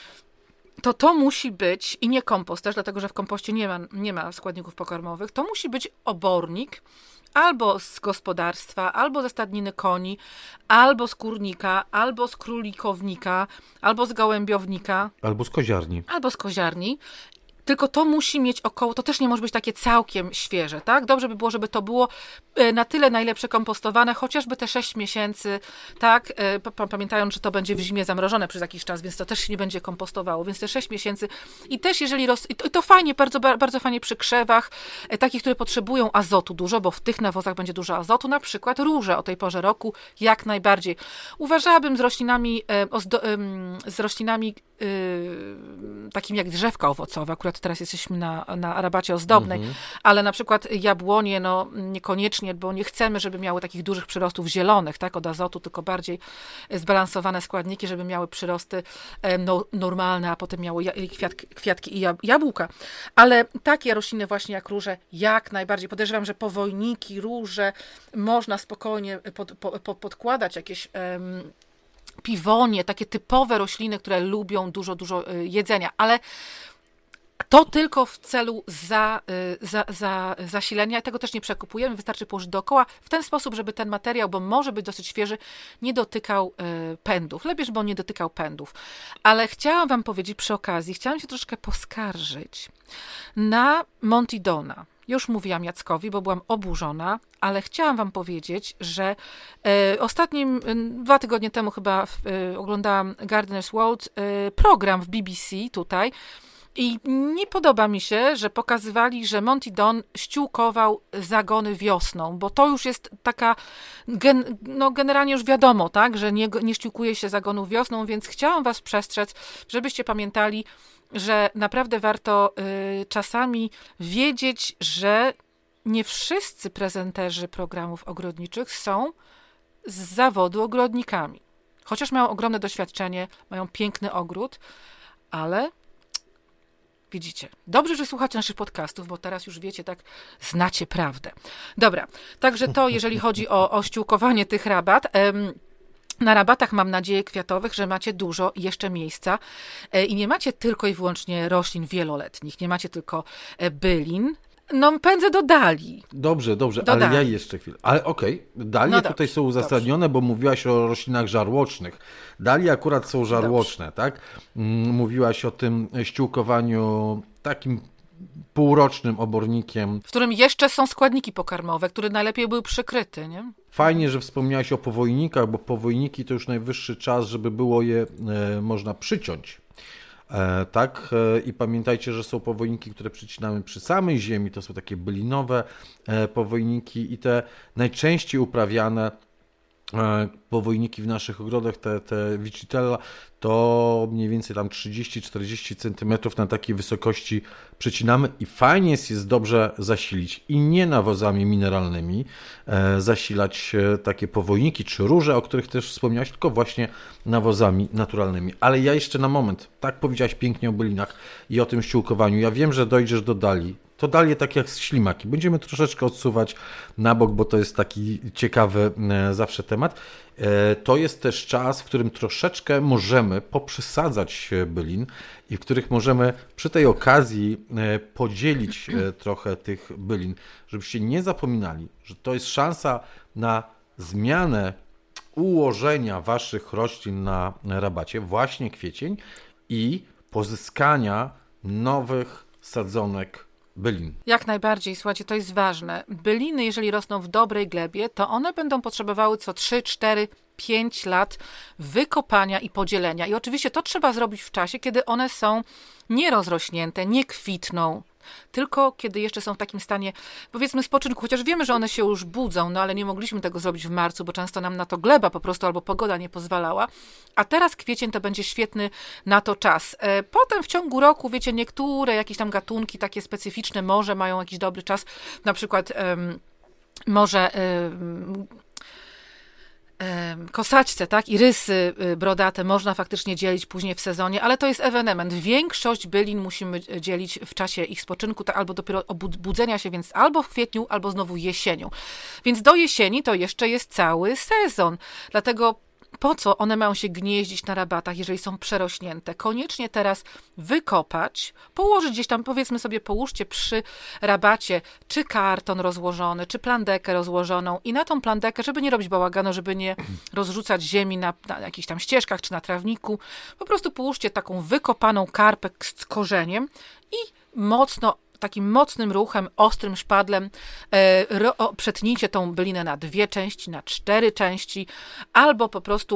to to musi być, i nie kompost też, dlatego że w kompoście nie ma, nie ma składników pokarmowych, to musi być obornik albo z gospodarstwa, albo ze stadniny koni, albo z kurnika, albo z królikownika, albo z gołębiownika. Albo z koziarni. Albo z koziarni. Tylko to musi mieć około, to też nie może być takie całkiem świeże, tak? Dobrze by było, żeby to było na tyle, na ile przekompostowane, chociażby te sześć miesięcy, tak? Pamiętając, że to będzie w zimie zamrożone przez jakiś czas, więc to też się nie będzie kompostowało, więc te sześć miesięcy i też jeżeli, roz... i to, i to fajnie, bardzo, bardzo fajnie przy krzewach, takich, które potrzebują azotu dużo, bo w tych nawozach będzie dużo azotu, na przykład róże o tej porze roku, jak najbardziej. Uważałabym z roślinami, z roślinami takimi jak drzewka owocowe, akurat teraz jesteśmy na, na rabacie ozdobnej, mhm. ale na przykład jabłonie, no niekoniecznie, bo nie chcemy, żeby miały takich dużych przyrostów zielonych, tak, od azotu, tylko bardziej zbalansowane składniki, żeby miały przyrosty no, normalne, a potem miały kwiatki, kwiatki i jabłka. Ale takie rośliny właśnie jak róże, jak najbardziej. Podejrzewam, że powojniki, róże można spokojnie pod, pod, podkładać jakieś um, piwonie, takie typowe rośliny, które lubią dużo, dużo jedzenia, ale to tylko w celu za, za, za, zasilenia. Tego też nie przekupujemy, wystarczy położyć dookoła w ten sposób, żeby ten materiał, bo może być dosyć świeży, nie dotykał y, pędów. Lepiej, żeby on nie dotykał pędów. Ale chciałam wam powiedzieć przy okazji, chciałam się troszkę poskarżyć na Monty Dona. Już mówiłam Jackowi, bo byłam oburzona, ale chciałam wam powiedzieć, że y, ostatnim, y, dwa tygodnie temu chyba y, oglądałam Gardener's World, y, program w B B C tutaj, i nie podoba mi się, że pokazywali, że Monty Don ściółkował zagony wiosną, bo to już jest taka, gen, no generalnie już wiadomo, tak, że nie, nie ściółkuje się zagonów wiosną, więc chciałam was przestrzec, żebyście pamiętali, że naprawdę warto y, czasami wiedzieć, że nie wszyscy prezenterzy programów ogrodniczych są z zawodu ogrodnikami. Chociaż mają ogromne doświadczenie, mają piękny ogród, ale widzicie, dobrze, że słuchacie naszych podcastów, bo teraz już wiecie, tak znacie prawdę. Dobra, także to, jeżeli chodzi o, o ściółkowanie tych rabat. Em, na rabatach mam nadzieję kwiatowych, że macie dużo jeszcze miejsca e, i nie macie tylko i wyłącznie roślin wieloletnich, nie macie tylko e, bylin. No pędzę do Dalii. Dobrze, dobrze, do ale Dalii. ja jeszcze chwilę. Ale okej, okay. Dalie no tutaj dobrze, są uzasadnione, dobrze. Bo mówiłaś o roślinach żarłocznych. Dalie akurat są żarłoczne, dobrze. Tak? Mówiłaś o tym ściółkowaniu takim półrocznym obornikiem. W którym jeszcze są składniki pokarmowe, który najlepiej był przykryty, nie? Fajnie, że wspomniałaś o powojnikach, bo powojniki to już najwyższy czas, żeby było je e, można przyciąć. E, tak, e, i pamiętajcie, że są powojniki, które przycinamy przy samej ziemi, to są takie bylinowe e, powojniki i te najczęściej uprawiane e, powojniki w naszych ogrodach, te, te Vicitella, to mniej więcej tam trzydzieści czterdzieści centymetrów na takiej wysokości przycinamy i fajnie jest, jest dobrze zasilić i nie nawozami mineralnymi e, zasilać e, takie powojniki czy róże, o których też wspomniałaś, tylko właśnie nawozami naturalnymi. Ale ja jeszcze na moment, tak powiedziałaś pięknie o bylinach i o tym ściółkowaniu. Ja wiem, że dojdziesz do Dalii. To dalie tak jak ślimaki. Będziemy troszeczkę odsuwać na bok, bo to jest taki ciekawy e, zawsze temat. E, to jest też czas, w którym troszeczkę możemy poprzesadzać bylin i w których możemy przy tej okazji e, podzielić e, trochę tych bylin, żebyście nie zapominali, że to jest szansa na zmianę ułożenia waszych roślin na rabacie, właśnie kwiecień i pozyskania nowych sadzonek bylin. Jak najbardziej, słuchajcie, to jest ważne. Byliny, jeżeli rosną w dobrej glebie, to one będą potrzebowały co trzy, cztery, pięć lat wykopania i podzielenia. I oczywiście to trzeba zrobić w czasie, kiedy one są nierozrośnięte, nie kwitną, tylko kiedy jeszcze są w takim stanie, powiedzmy, spoczynku, chociaż wiemy, że one się już budzą, no ale nie mogliśmy tego zrobić w marcu, bo często nam na to gleba po prostu albo pogoda nie pozwalała, a teraz kwiecień to będzie świetny na to czas. Potem w ciągu roku, wiecie, niektóre jakieś tam gatunki takie specyficzne może mają jakiś dobry czas, na przykład um, może um, kosaćce, tak, i rysy brodate można faktycznie dzielić później w sezonie, ale to jest ewenement. Większość bylin musimy dzielić w czasie ich spoczynku, to albo dopiero obudzenia się, więc albo w kwietniu, albo znowu jesienią. Więc do jesieni to jeszcze jest cały sezon. Dlatego po co one mają się gnieździć na rabatach, jeżeli są przerośnięte? Koniecznie teraz wykopać, położyć gdzieś tam, powiedzmy sobie, połóżcie przy rabacie czy karton rozłożony, czy plandekę rozłożoną i na tą plandekę, żeby nie robić bałaganu, żeby nie rozrzucać ziemi na, na jakichś tam ścieżkach czy na trawniku, po prostu połóżcie taką wykopaną karpę z korzeniem i mocno takim mocnym ruchem, ostrym szpadlem e, ro, o, przetnijcie tą bylinę na dwie części, na cztery części, albo po prostu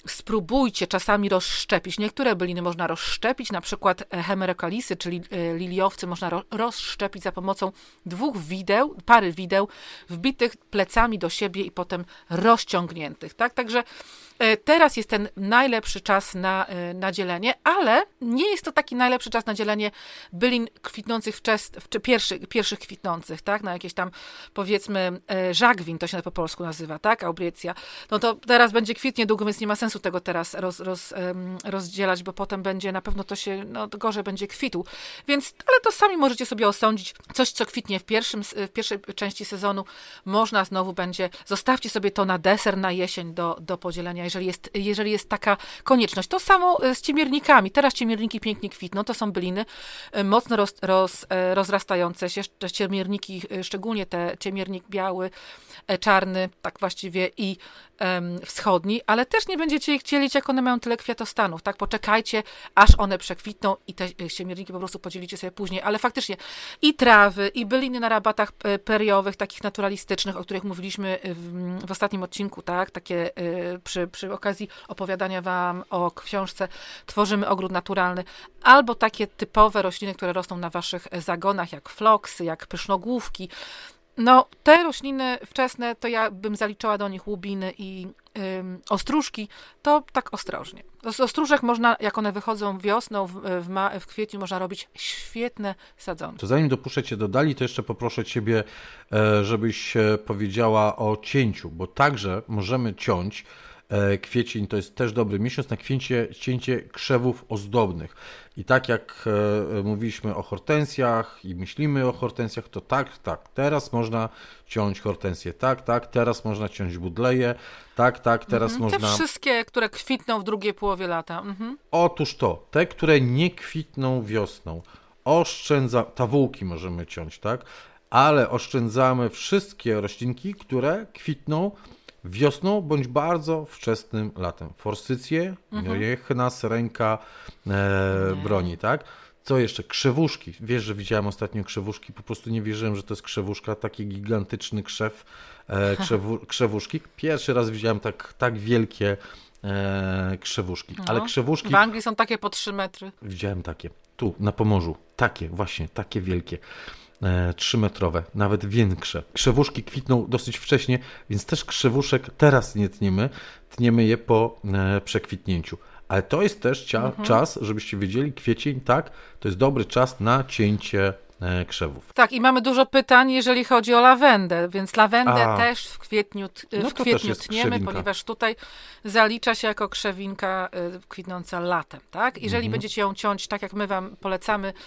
spróbujcie czasami rozszczepić. Niektóre byliny można rozszczepić, na przykład hemerokalisy, czyli liliowcy można ro- rozszczepić za pomocą dwóch wideł, pary wideł wbitych plecami do siebie i potem rozciągniętych. Tak? Także teraz jest ten najlepszy czas na, na dzielenie, ale nie jest to taki najlepszy czas na dzielenie bylin kwitnących wczes, w, pierwszy, pierwszych kwitnących, tak? Na jakieś tam, powiedzmy, żagwin, to się po polsku nazywa, tak? Aubrycja. No to teraz będzie kwitnie długo, więc nie ma sensu tego teraz roz, roz, rozdzielać, bo potem będzie, na pewno to się, no gorzej będzie kwitł. Więc, ale to sami możecie sobie osądzić. Coś, co kwitnie w, pierwszym, w pierwszej części sezonu, można znowu będzie, zostawcie sobie to na deser, na jesień do, do podzielenia, jeżeli jest, jeżeli jest taka konieczność. To samo z ciemiernikami. Teraz ciemierniki pięknie kwitną. To są byliny mocno roz, roz, rozrastające się. Te ciemierniki, szczególnie te ciemiernik biały, czarny, tak właściwie i um, wschodni, ale też nie będziecie ich dzielić, jak one mają tyle kwiatostanów. Tak? Poczekajcie, aż one przekwitną i te ciemierniki po prostu podzielicie sobie później. Ale faktycznie i trawy, i byliny na rabatach periowych, takich naturalistycznych, o których mówiliśmy w, w ostatnim odcinku, tak? Takie y, przy, przy okazji opowiadania wam o książce Tworzymy ogród naturalny, albo takie typowe rośliny, które rosną na waszych zagonach, jak floksy, jak pysznogłówki. No, te rośliny wczesne, to ja bym zaliczała do nich łubiny i ym, ostróżki, to tak ostrożnie. Z ostróżek można, jak one wychodzą wiosną, w, w, ma, w kwietniu, można robić świetne sadzonki. To zanim dopuszczę cię do Dali, to jeszcze poproszę ciebie, żebyś powiedziała o cięciu, bo także możemy ciąć. Kwiecień to jest też dobry miesiąc na cięcie, cięcie krzewów ozdobnych. I tak jak e, mówiliśmy o hortensjach i myślimy o hortensjach, to tak, tak, teraz można ciąć hortensje, tak, tak, teraz można ciąć budleje, tak, tak, teraz mhm, można... Te wszystkie, które kwitną w drugiej połowie lata. Mhm. Otóż to, te, które nie kwitną wiosną, oszczędza... Tawółki możemy ciąć, tak, ale oszczędzamy wszystkie roślinki, które kwitną wiosną bądź bardzo wczesnym latem. Forsycje, mhm. jechna, syrenka, e, broni, tak? Co jeszcze? Krzewuszki. Wiesz, że widziałem ostatnio krzewuszki, po prostu nie wierzyłem, że to jest krzewuszka, taki gigantyczny krzew, e, krzewu, krzewuszki. Pierwszy raz widziałem tak, tak wielkie e, krzewuszki, no. Ale krzewuszki... W Anglii są takie po trzy metry. Widziałem takie, tu na Pomorzu, takie właśnie, takie wielkie. trzymetrowe, nawet większe. Krzewuszki kwitną dosyć wcześnie, więc też krzewuszek teraz nie tniemy, tniemy je po e, przekwitnięciu. Ale to jest też cia- mhm. czas, żebyście wiedzieli, kwiecień, tak, to jest dobry czas na cięcie e, krzewów. Tak, i mamy dużo pytań, jeżeli chodzi o lawendę, więc lawendę A. też w kwietniu, t- no w kwietniu tniemy, krzewinka. Ponieważ tutaj zalicza się jako krzewinka y, kwitnąca latem, tak? Jeżeli mhm. będziecie ją ciąć, tak jak my wam polecamy y,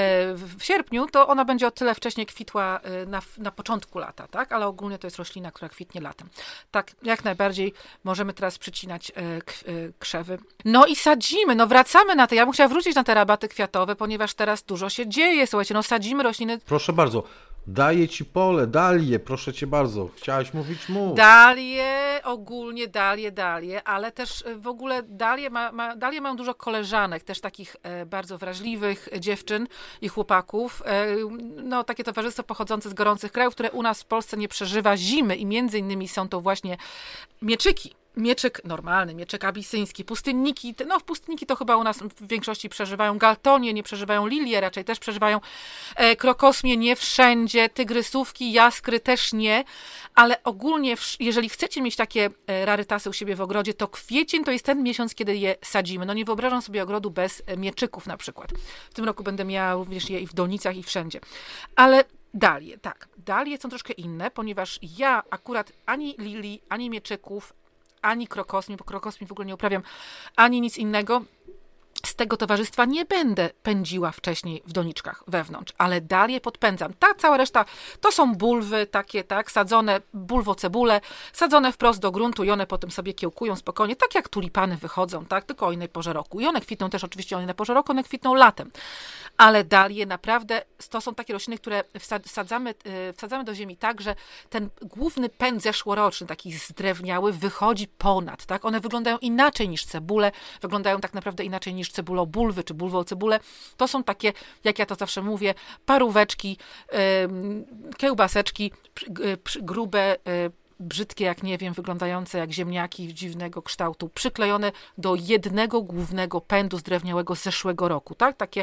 w, w sierpniu, to ona będzie o tyle wcześniej kwitła y, na, na początku lata, tak? Ale ogólnie to jest roślina, która kwitnie latem. Tak, jak najbardziej możemy teraz przycinać y, k, y, krzewy. No i sadzimy, no wracamy na te, ja bym chciała wrócić na te rabaty kwiatowe, ponieważ teraz dużo się dzieje, słuchajcie, no sadzimy rośliny. Proszę bardzo. Daję ci pole, dalię, proszę cię bardzo. Chciałaś mówić, mów. Dalie, ogólnie dalie, dalie, ale też w ogóle dalie, ma, ma, dalie mają dużo koleżanek, też takich e, bardzo wrażliwych dziewczyn i chłopaków. E, no takie towarzystwo pochodzące z gorących krajów, które u nas w Polsce nie przeżywa zimy i między innymi są to właśnie mieczyki. Mieczyk normalny, mieczyk abisyński, pustyniki, no w pustyniki to chyba u nas w większości przeżywają galtonie, nie przeżywają lilie, raczej też przeżywają e, krokosmie, nie wszędzie, tygrysówki, jaskry też nie, ale ogólnie jeżeli chcecie mieć takie e, rarytasy u siebie w ogrodzie, to kwiecień to jest ten miesiąc, kiedy je sadzimy. No nie wyobrażam sobie ogrodu bez e, mieczyków na przykład. W tym roku będę miała również je i w donicach i wszędzie. Ale dalie, tak, dalie są troszkę inne, ponieważ ja akurat ani lilii, ani mieczyków, ani krokosmi, bo krokosmi w ogóle nie uprawiam, ani nic innego. Z tego towarzystwa nie będę pędziła wcześniej w doniczkach wewnątrz, ale dalie podpędzam. Ta cała reszta to są bulwy takie, tak, sadzone, bulwo-cebule, sadzone wprost do gruntu i one potem sobie kiełkują spokojnie, tak jak tulipany wychodzą, tak, tylko o innej porze roku. I one kwitną też oczywiście o innej porze roku, one kwitną latem. Ale dalie naprawdę, to są takie rośliny, które wsadzamy, wsadzamy do ziemi tak, że ten główny pęd zeszłoroczny, taki zdrewniały, wychodzi ponad, tak. One wyglądają inaczej niż cebule, wyglądają tak naprawdę inaczej niż cebulobulwy czy bulwocebule. To są takie, jak ja to zawsze mówię, paróweczki, kiełbaseczki, grube, brzydkie jak nie wiem, wyglądające jak ziemniaki dziwnego kształtu, przyklejone do jednego głównego pędu zdrewniałego z zeszłego roku, tak? Takie,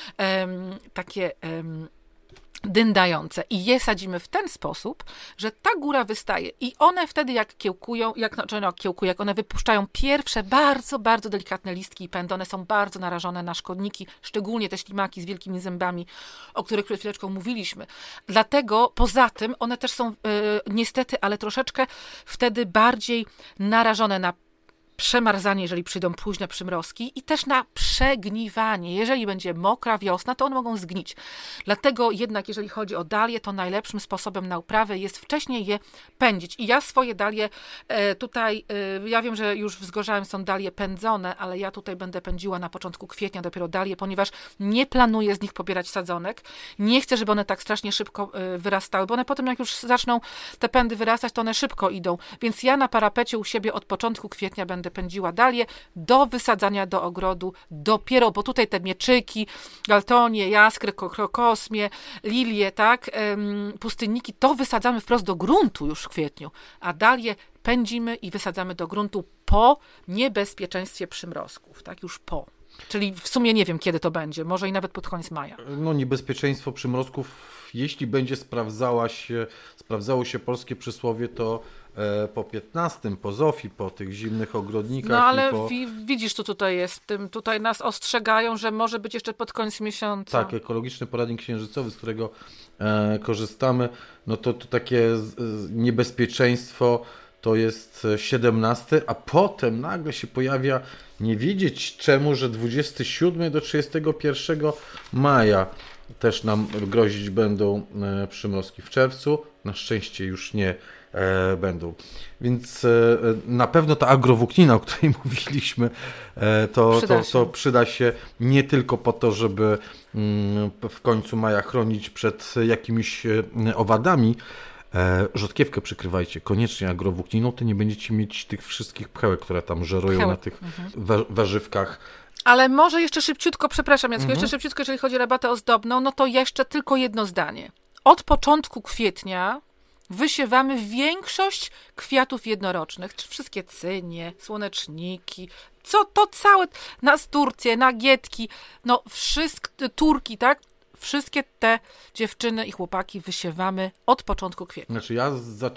um, takie um, dyndające. I je sadzimy w ten sposób, że ta góra wystaje i one wtedy jak kiełkują, jak, znaczy no, kiełkują, jak one wypuszczają pierwsze bardzo, bardzo delikatne listki i pędy, one są bardzo narażone na szkodniki, szczególnie te ślimaki z wielkimi zębami, o których przed chwileczką mówiliśmy. Dlatego poza tym one też są y, niestety, ale troszeczkę wtedy bardziej narażone na przemarzanie, jeżeli przyjdą późne przymrozki i też na przegniwanie. Jeżeli będzie mokra wiosna, to one mogą zgnić. Dlatego jednak, jeżeli chodzi o dalie, to najlepszym sposobem na uprawę jest wcześniej je pędzić. I ja swoje dalie e, tutaj, e, ja wiem, że już w Zgorzałym są dalie pędzone, ale ja tutaj będę pędziła na początku kwietnia dopiero dalie, ponieważ nie planuję z nich pobierać sadzonek. Nie chcę, żeby one tak strasznie szybko e, wyrastały, bo one potem jak już zaczną te pędy wyrastać, to one szybko idą. Więc ja na parapecie u siebie od początku kwietnia będę pędziła dalię do wysadzania do ogrodu dopiero, bo tutaj te mieczyki, galtonie, jaskry, krokosmie, lilie, tak, pustynniki, to wysadzamy wprost do gruntu już w kwietniu, a dalię pędzimy i wysadzamy do gruntu po niebezpieczeństwie przymrozków, tak, już po. Czyli w sumie nie wiem, kiedy to będzie, może i nawet pod koniec maja. No niebezpieczeństwo przymrozków, jeśli będzie sprawdzała się, sprawdzało się polskie przysłowie, to e, po piętnastym, po Zofii, po tych zimnych ogrodnikach. No ale i po... wi- widzisz, co tutaj jest, tym tutaj nas ostrzegają, że może być jeszcze pod koniec miesiąca. Tak, ekologiczny poradnik księżycowy, z którego e, korzystamy, no to, to takie z, z niebezpieczeństwo to jest siedemnasty, a potem nagle się pojawia, nie wiedzieć czemu, że dwudziestego siódmego do trzydziestego pierwszego maja też nam grozić będą e, przymrozki w czerwcu. Na szczęście już nie e, będą. Więc e, na pewno ta agrowłóknina, o której mówiliśmy, e, to, przyda to, to przyda się nie tylko po to, żeby mm, w końcu maja chronić przed jakimiś e, owadami. E, rzodkiewkę przykrywajcie koniecznie agrowłókniną, to nie będziecie mieć tych wszystkich pchełek, które tam żerują Pchełek. na tych Mhm. wa- warzywkach. Ale może jeszcze szybciutko, przepraszam Jacku, Mhm. jeszcze szybciutko, jeżeli chodzi o rabatę ozdobną, no to jeszcze tylko jedno zdanie. Od początku kwietnia wysiewamy większość kwiatów jednorocznych, wszystkie cynie, słoneczniki, co to całe, nasturcje, nagietki, no wszystkie, turki, tak? Wszystkie te dziewczyny i chłopaki wysiewamy od początku kwietnia. Znaczy ja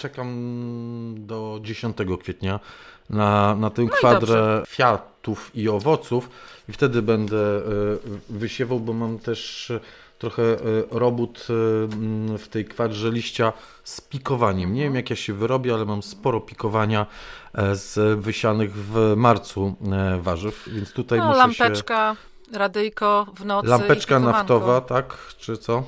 zaczekam do dziesiątego kwietnia na, na tę No i kwadrę dobrze. kwiatów i owoców i wtedy będę e, wysiewał, bo mam też trochę e, robót e, w tej kwadrze liścia z pikowaniem. Nie wiem jak ja się wyrobię, ale mam sporo pikowania e, z wysianych w marcu e, warzyw, więc tutaj No muszę lampeczka, radyjko w nocy. się... Lampeczka i pikowanko. naftowa, tak? Czy co?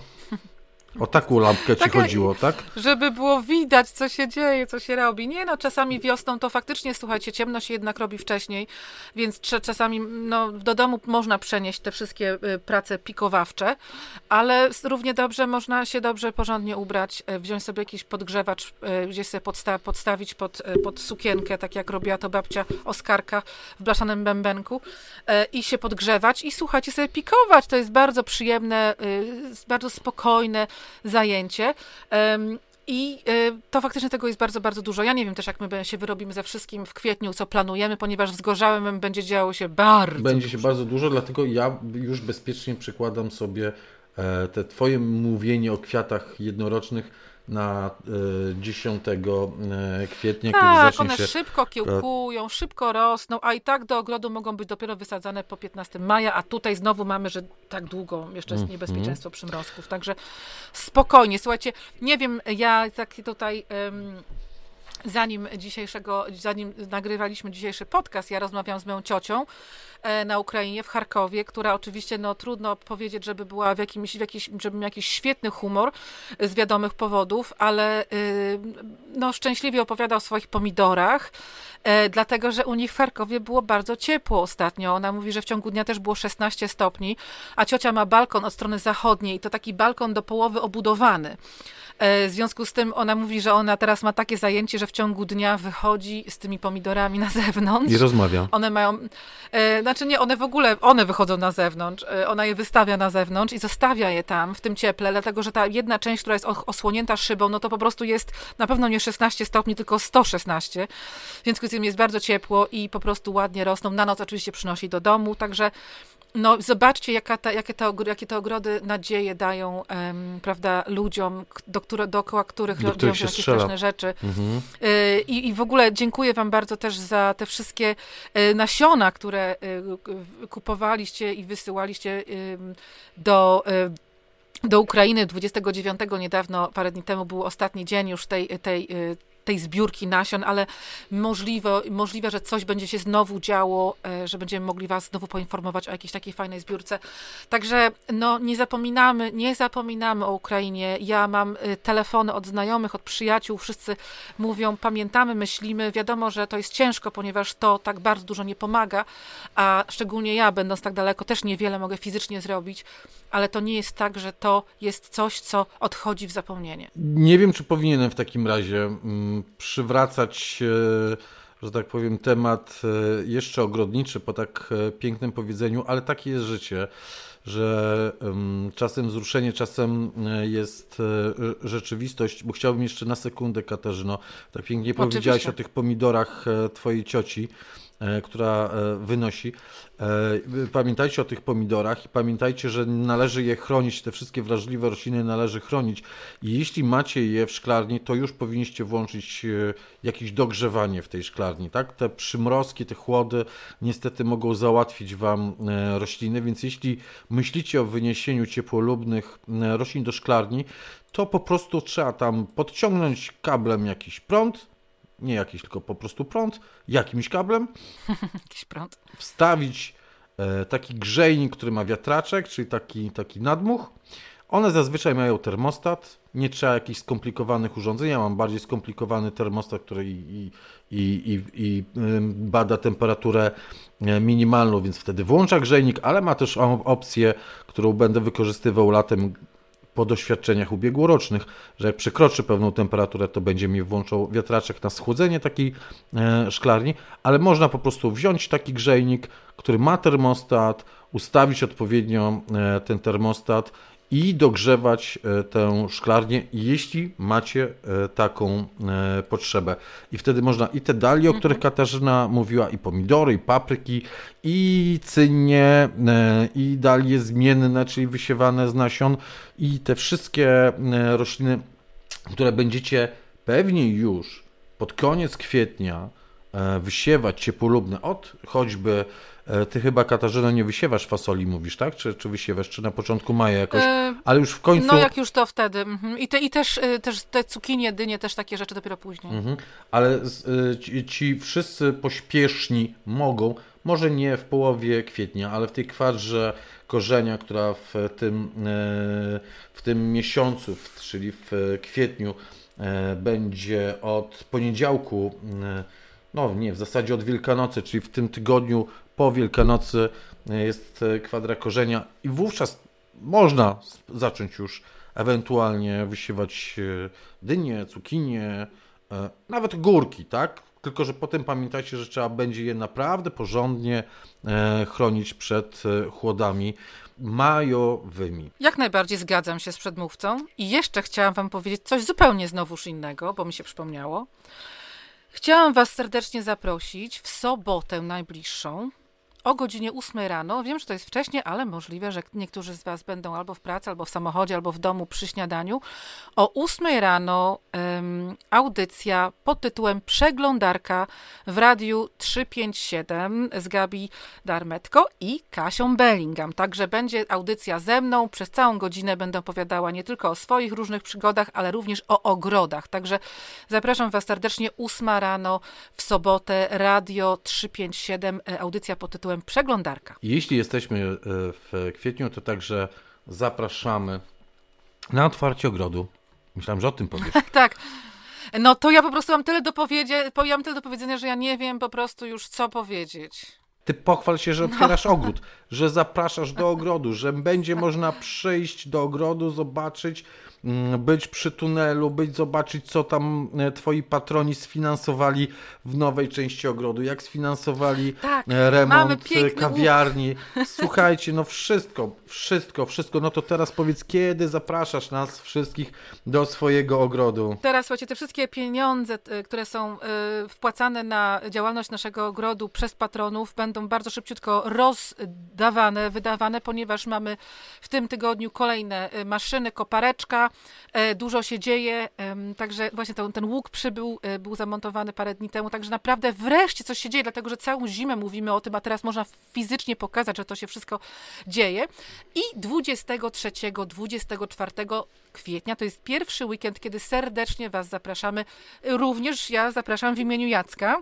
O taką lampkę ci Taka- chodziło, tak? Żeby było widać, co się dzieje, co się robi. Nie no, czasami wiosną to faktycznie, słuchajcie, ciemno się jednak robi wcześniej, więc trze- czasami no, do domu można przenieść te wszystkie y, prace pikowawcze, ale s- równie dobrze można się dobrze, porządnie ubrać, y, wziąć sobie jakiś podgrzewacz, y, gdzieś sobie podsta- podstawić pod, y, pod sukienkę, tak jak robiła to babcia Oskarka w blaszanym bębenku y, i się podgrzewać i słuchajcie, sobie pikować. To jest bardzo przyjemne, y, bardzo spokojne zajęcie. Um, I y, to faktycznie tego jest bardzo, bardzo dużo. Ja nie wiem też, jak my się wyrobimy ze wszystkim w kwietniu, co planujemy, ponieważ w Zgorzałym będzie działo się bardzo Będzie się dużo. bardzo dużo, dlatego ja już bezpiecznie przykładam sobie e, te twoje mówienie o kwiatach jednorocznych na e, dziesiątego kwietnia, Tak, kiedy zacznie one się... szybko kiełkują, szybko rosną, a i tak do ogrodu mogą być dopiero wysadzane po piętnastego maja, a tutaj znowu mamy, że tak długo jeszcze jest niebezpieczeństwo przymrozków. Także spokojnie, słuchajcie, nie wiem, ja tak tutaj... Um, Zanim dzisiejszego, zanim nagrywaliśmy dzisiejszy podcast, ja rozmawiałam z moją ciocią e, na Ukrainie, w Charkowie, która oczywiście, no trudno powiedzieć, żeby była w jakimś, w jakiś, żeby miała jakiś świetny humor z wiadomych powodów, ale y, no szczęśliwie opowiada o swoich pomidorach, e, dlatego, że u nich w Charkowie było bardzo ciepło ostatnio. Ona mówi, że w ciągu dnia też było szesnaście stopni, a ciocia ma balkon od strony zachodniej, to taki balkon do połowy obudowany. W związku z tym ona mówi, że ona teraz ma takie zajęcie, że w ciągu dnia wychodzi z tymi pomidorami na zewnątrz. I rozmawia. One mają, e, znaczy nie, one w ogóle, one wychodzą na zewnątrz, e, ona je wystawia na zewnątrz i zostawia je tam w tym cieple, dlatego że ta jedna część, która jest osłonięta szybą, no to po prostu jest na pewno nie szesnaście stopni, tylko sto szesnaście. W związku z tym jest bardzo ciepło i po prostu ładnie rosną. Na noc oczywiście przynosi do domu, także no zobaczcie, jaka ta, jakie, te, jakie te ogrody nadzieję dają, um, prawda, ludziom, do które, dookoła których do robią się jakieś strzela. straszne rzeczy. Mhm. Y, I w ogóle dziękuję wam bardzo też za te wszystkie y, nasiona, które y, kupowaliście i wysyłaliście y, do... Y, do Ukrainy dwudziestego dziewiątego niedawno, parę dni temu był ostatni dzień już tej, tej, tej zbiórki nasion, ale możliwe, możliwe, że coś będzie się znowu działo, że będziemy mogli was znowu poinformować o jakiejś takiej fajnej zbiórce. Także no, nie zapominamy, nie zapominamy o Ukrainie. Ja mam telefony od znajomych, od przyjaciół, wszyscy mówią, pamiętamy, myślimy. Wiadomo, że to jest ciężko, ponieważ to tak bardzo dużo nie pomaga, a szczególnie ja, będąc tak daleko, też niewiele mogę fizycznie zrobić, ale to nie jest tak, że to jest coś, co odchodzi w zapomnienie. Nie wiem, czy powinienem w takim razie mm, przywracać, e, że tak powiem, temat e, jeszcze ogrodniczy po tak e, pięknym powiedzeniu, ale takie jest życie, że um, czasem wzruszenie, czasem e, jest e, rzeczywistość, bo chciałbym jeszcze na sekundę, Katarzyno, tak pięknie Oczywiście. powiedziałaś o tych pomidorach e, twojej cioci, która wynosi. Pamiętajcie o tych pomidorach i pamiętajcie, że należy je chronić, te wszystkie wrażliwe rośliny należy chronić i jeśli macie je w szklarni, to już powinniście włączyć jakieś dogrzewanie w tej szklarni, tak? Te przymrozki, te chłody niestety mogą załatwić wam rośliny, więc jeśli myślicie o wyniesieniu ciepłolubnych roślin do szklarni, to po prostu trzeba tam podciągnąć kablem jakiś prąd, nie jakiś, tylko po prostu prąd, jakimś kablem, jakiś prąd, wstawić e, taki grzejnik, który ma wiatraczek, czyli taki, taki nadmuch. One zazwyczaj mają termostat, nie trzeba jakichś skomplikowanych urządzeń. Ja mam bardziej skomplikowany termostat, który i, i, i, i y, bada temperaturę minimalną, więc wtedy włącza grzejnik, ale ma też opcję, którą będę wykorzystywał latem po doświadczeniach ubiegłorocznych, że jak przekroczy pewną temperaturę, to będzie mi włączał wiatraczek na schłodzenie takiej e, szklarni, ale można po prostu wziąć taki grzejnik, który ma termostat, ustawić odpowiednio e, ten termostat i dogrzewać e, tę szklarnię, jeśli macie e, taką e, potrzebę. I wtedy można i te dalie, o których Katarzyna mówiła, i pomidory, i papryki, i cynie, e, i dalie zmienne, czyli wysiewane z nasion, i te wszystkie e, rośliny, które będziecie pewnie już pod koniec kwietnia e, wysiewać ciepłolubne, od choćby Ty chyba, Katarzyna, nie wysiewasz fasoli, mówisz, tak? Czy, czy wysiewasz, czy na początku maja jakoś, ale już w końcu... No jak już to wtedy. Mhm. I, te, i też, też te cukinie, dynie, też takie rzeczy dopiero później. Mhm. Ale ci, ci wszyscy pośpieszni mogą, może nie w połowie kwietnia, ale w tej kwadrze korzenia, która w tym, w tym miesiącu, czyli w kwietniu, będzie od poniedziałku, no nie, w zasadzie od Wielkanocy, czyli w tym tygodniu po Wielkanocy jest kwadra korzenia i wówczas można zacząć już ewentualnie wysiewać dynie, cukinie, nawet górki, tak? Tylko że potem pamiętajcie, że trzeba będzie je naprawdę porządnie chronić przed chłodami majowymi. Jak najbardziej zgadzam się z przedmówcą i jeszcze chciałam wam powiedzieć coś zupełnie znowuż innego, bo mi się przypomniało. Chciałam was serdecznie zaprosić w sobotę najbliższą o godzinie ósmej rano. Wiem, że to jest wcześnie, ale możliwe, że niektórzy z was będą albo w pracy, albo w samochodzie, albo w domu przy śniadaniu. O ósmej rano um, audycja pod tytułem Przeglądarka w Radiu trzysta pięćdziesiąt siedem z Gabi Darmetko i Kasią Bellingham. Także będzie audycja ze mną. Przez całą godzinę będę opowiadała nie tylko o swoich różnych przygodach, ale również o ogrodach. Także zapraszam was serdecznie ósma rano w sobotę Radio trzysta pięćdziesiąt siedem, audycja pod tytułem Przeglądarka. Jeśli jesteśmy w kwietniu, to także zapraszamy na otwarcie ogrodu. Myślałem, że o tym powiesz. Tak. No to ja po prostu mam tyle do powiedzie- ja mam tyle do powiedzenia, że ja nie wiem po prostu już co powiedzieć. Ty pochwal się, że otwierasz no. ogród, że zapraszasz do ogrodu, że będzie można przyjść do ogrodu, zobaczyć być przy tunelu, być, zobaczyć, co tam twoi patroni sfinansowali w nowej części ogrodu, jak sfinansowali tak, remont kawiarni. Słuchajcie, no wszystko, wszystko, wszystko. No to teraz powiedz, kiedy zapraszasz nas wszystkich do swojego ogrodu? Teraz, słuchajcie, te wszystkie pieniądze, które są wpłacane na działalność naszego ogrodu przez patronów, będą bardzo szybciutko rozdawane, wydawane, ponieważ mamy w tym tygodniu kolejne maszyny, kopareczka, dużo się dzieje, także właśnie ten, ten łuk przybył, był zamontowany parę dni temu, także naprawdę wreszcie coś się dzieje, dlatego że całą zimę mówimy o tym, a teraz można fizycznie pokazać, że to się wszystko dzieje. I dwudziestego trzeciego do dwudziestego czwartego kwietnia, to jest pierwszy weekend, kiedy serdecznie Was zapraszamy, również ja zapraszam w imieniu Jacka,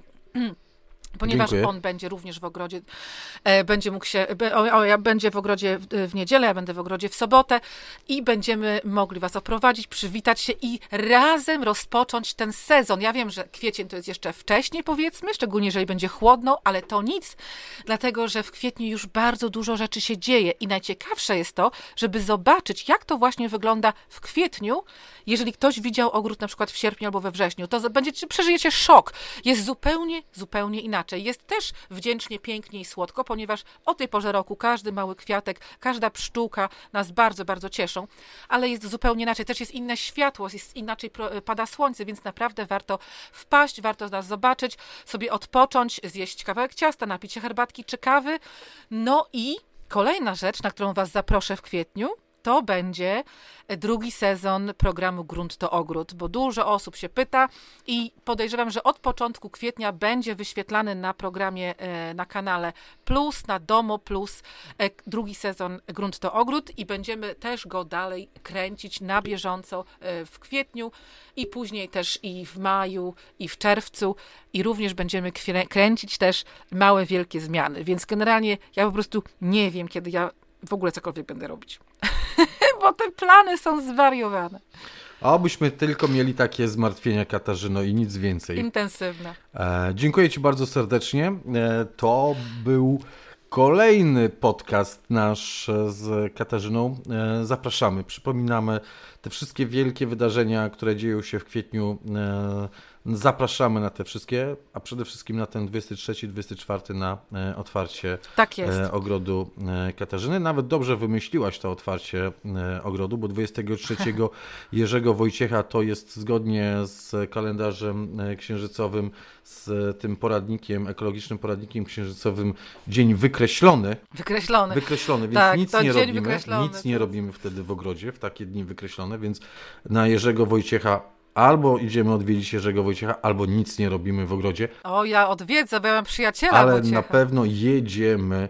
ponieważ Dziękuję. On będzie również w ogrodzie, e, będzie mógł się, be, o, o, ja będzie w ogrodzie w, w niedzielę, ja będę w ogrodzie w sobotę i będziemy mogli Was oprowadzić, przywitać się i razem rozpocząć ten sezon. Ja wiem, że kwiecień to jest jeszcze wcześniej, powiedzmy, szczególnie jeżeli będzie chłodno, ale to nic, dlatego że w kwietniu już bardzo dużo rzeczy się dzieje i najciekawsze jest to, żeby zobaczyć, jak to właśnie wygląda w kwietniu, jeżeli ktoś widział ogród na przykład w sierpniu albo we wrześniu, to będziecie, przeżyjecie szok. Jest zupełnie, zupełnie inaczej. Jest też wdzięcznie, pięknie i słodko, ponieważ o tej porze roku każdy mały kwiatek, każda pszczółka nas bardzo, bardzo cieszą, ale jest zupełnie inaczej. Też jest inne światło, jest inaczej pada słońce, więc naprawdę warto wpaść, warto nas zobaczyć, sobie odpocząć, zjeść kawałek ciasta, napić się herbatki czy kawy. No i kolejna rzecz, na którą Was zaproszę w kwietniu, to będzie drugi sezon programu Grunt to Ogród, bo dużo osób się pyta i podejrzewam, że od początku kwietnia będzie wyświetlany na programie, na kanale Plus, na Domo Plus drugi sezon Grunt to Ogród i będziemy też go dalej kręcić na bieżąco w kwietniu i później też i w maju, i w czerwcu i również będziemy kręcić też małe, wielkie zmiany, więc generalnie ja po prostu nie wiem, kiedy ja w ogóle cokolwiek będę robić. Bo te plany są zwariowane. A obyśmy tylko mieli takie zmartwienia, Katarzyno, i nic więcej. Intensywne. E, dziękuję Ci bardzo serdecznie. E, to był kolejny podcast nasz z Katarzyną. E, zapraszamy. Przypominamy te wszystkie wielkie wydarzenia, które dzieją się w kwietniu. E, Zapraszamy na te wszystkie, a przede wszystkim na ten dwudziesty trzeci dwudziesty czwarty na e, otwarcie tak jest. e, ogrodu e, Katarzyny. Nawet dobrze wymyśliłaś to otwarcie e, ogrodu, bo dwudziestego trzeciego Jerzego Wojciecha to jest zgodnie z kalendarzem e, księżycowym, z tym poradnikiem, ekologicznym poradnikiem księżycowym dzień wykreślony. Wykreślony. Wykreślony, więc tak, nic nie robimy. Nic nie robimy wtedy w ogrodzie, w takie dni wykreślone, więc na Jerzego Wojciecha albo idziemy odwiedzić Jerzego Wojciecha, albo nic nie robimy w ogrodzie. O, ja odwiedzę, bo ja mam przyjaciela Ale Wojciecha. na pewno jedziemy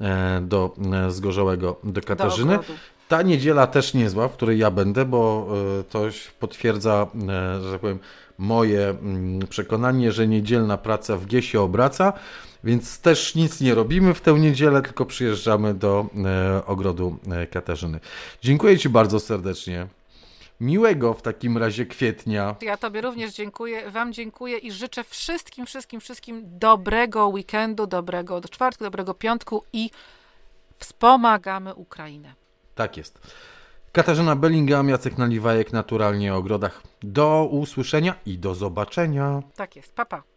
do Zgorzałego, do Katarzyny. Do Ta niedziela też niezła, w której ja będę, bo to potwierdza, że tak powiem, moje przekonanie, że niedzielna praca w G się obraca, więc też nic nie robimy w tę niedzielę, tylko przyjeżdżamy do ogrodu Katarzyny. Dziękuję Ci bardzo serdecznie. Miłego w takim razie kwietnia. Ja Tobie również dziękuję, Wam dziękuję i życzę wszystkim, wszystkim, wszystkim dobrego weekendu, dobrego do czwartku, dobrego piątku i wspomagamy Ukrainę. Tak jest. Katarzyna Bellingham, Jacek Naliwajek, Naturalnie o Ogrodach. Do usłyszenia i do zobaczenia. Tak jest, pa, pa.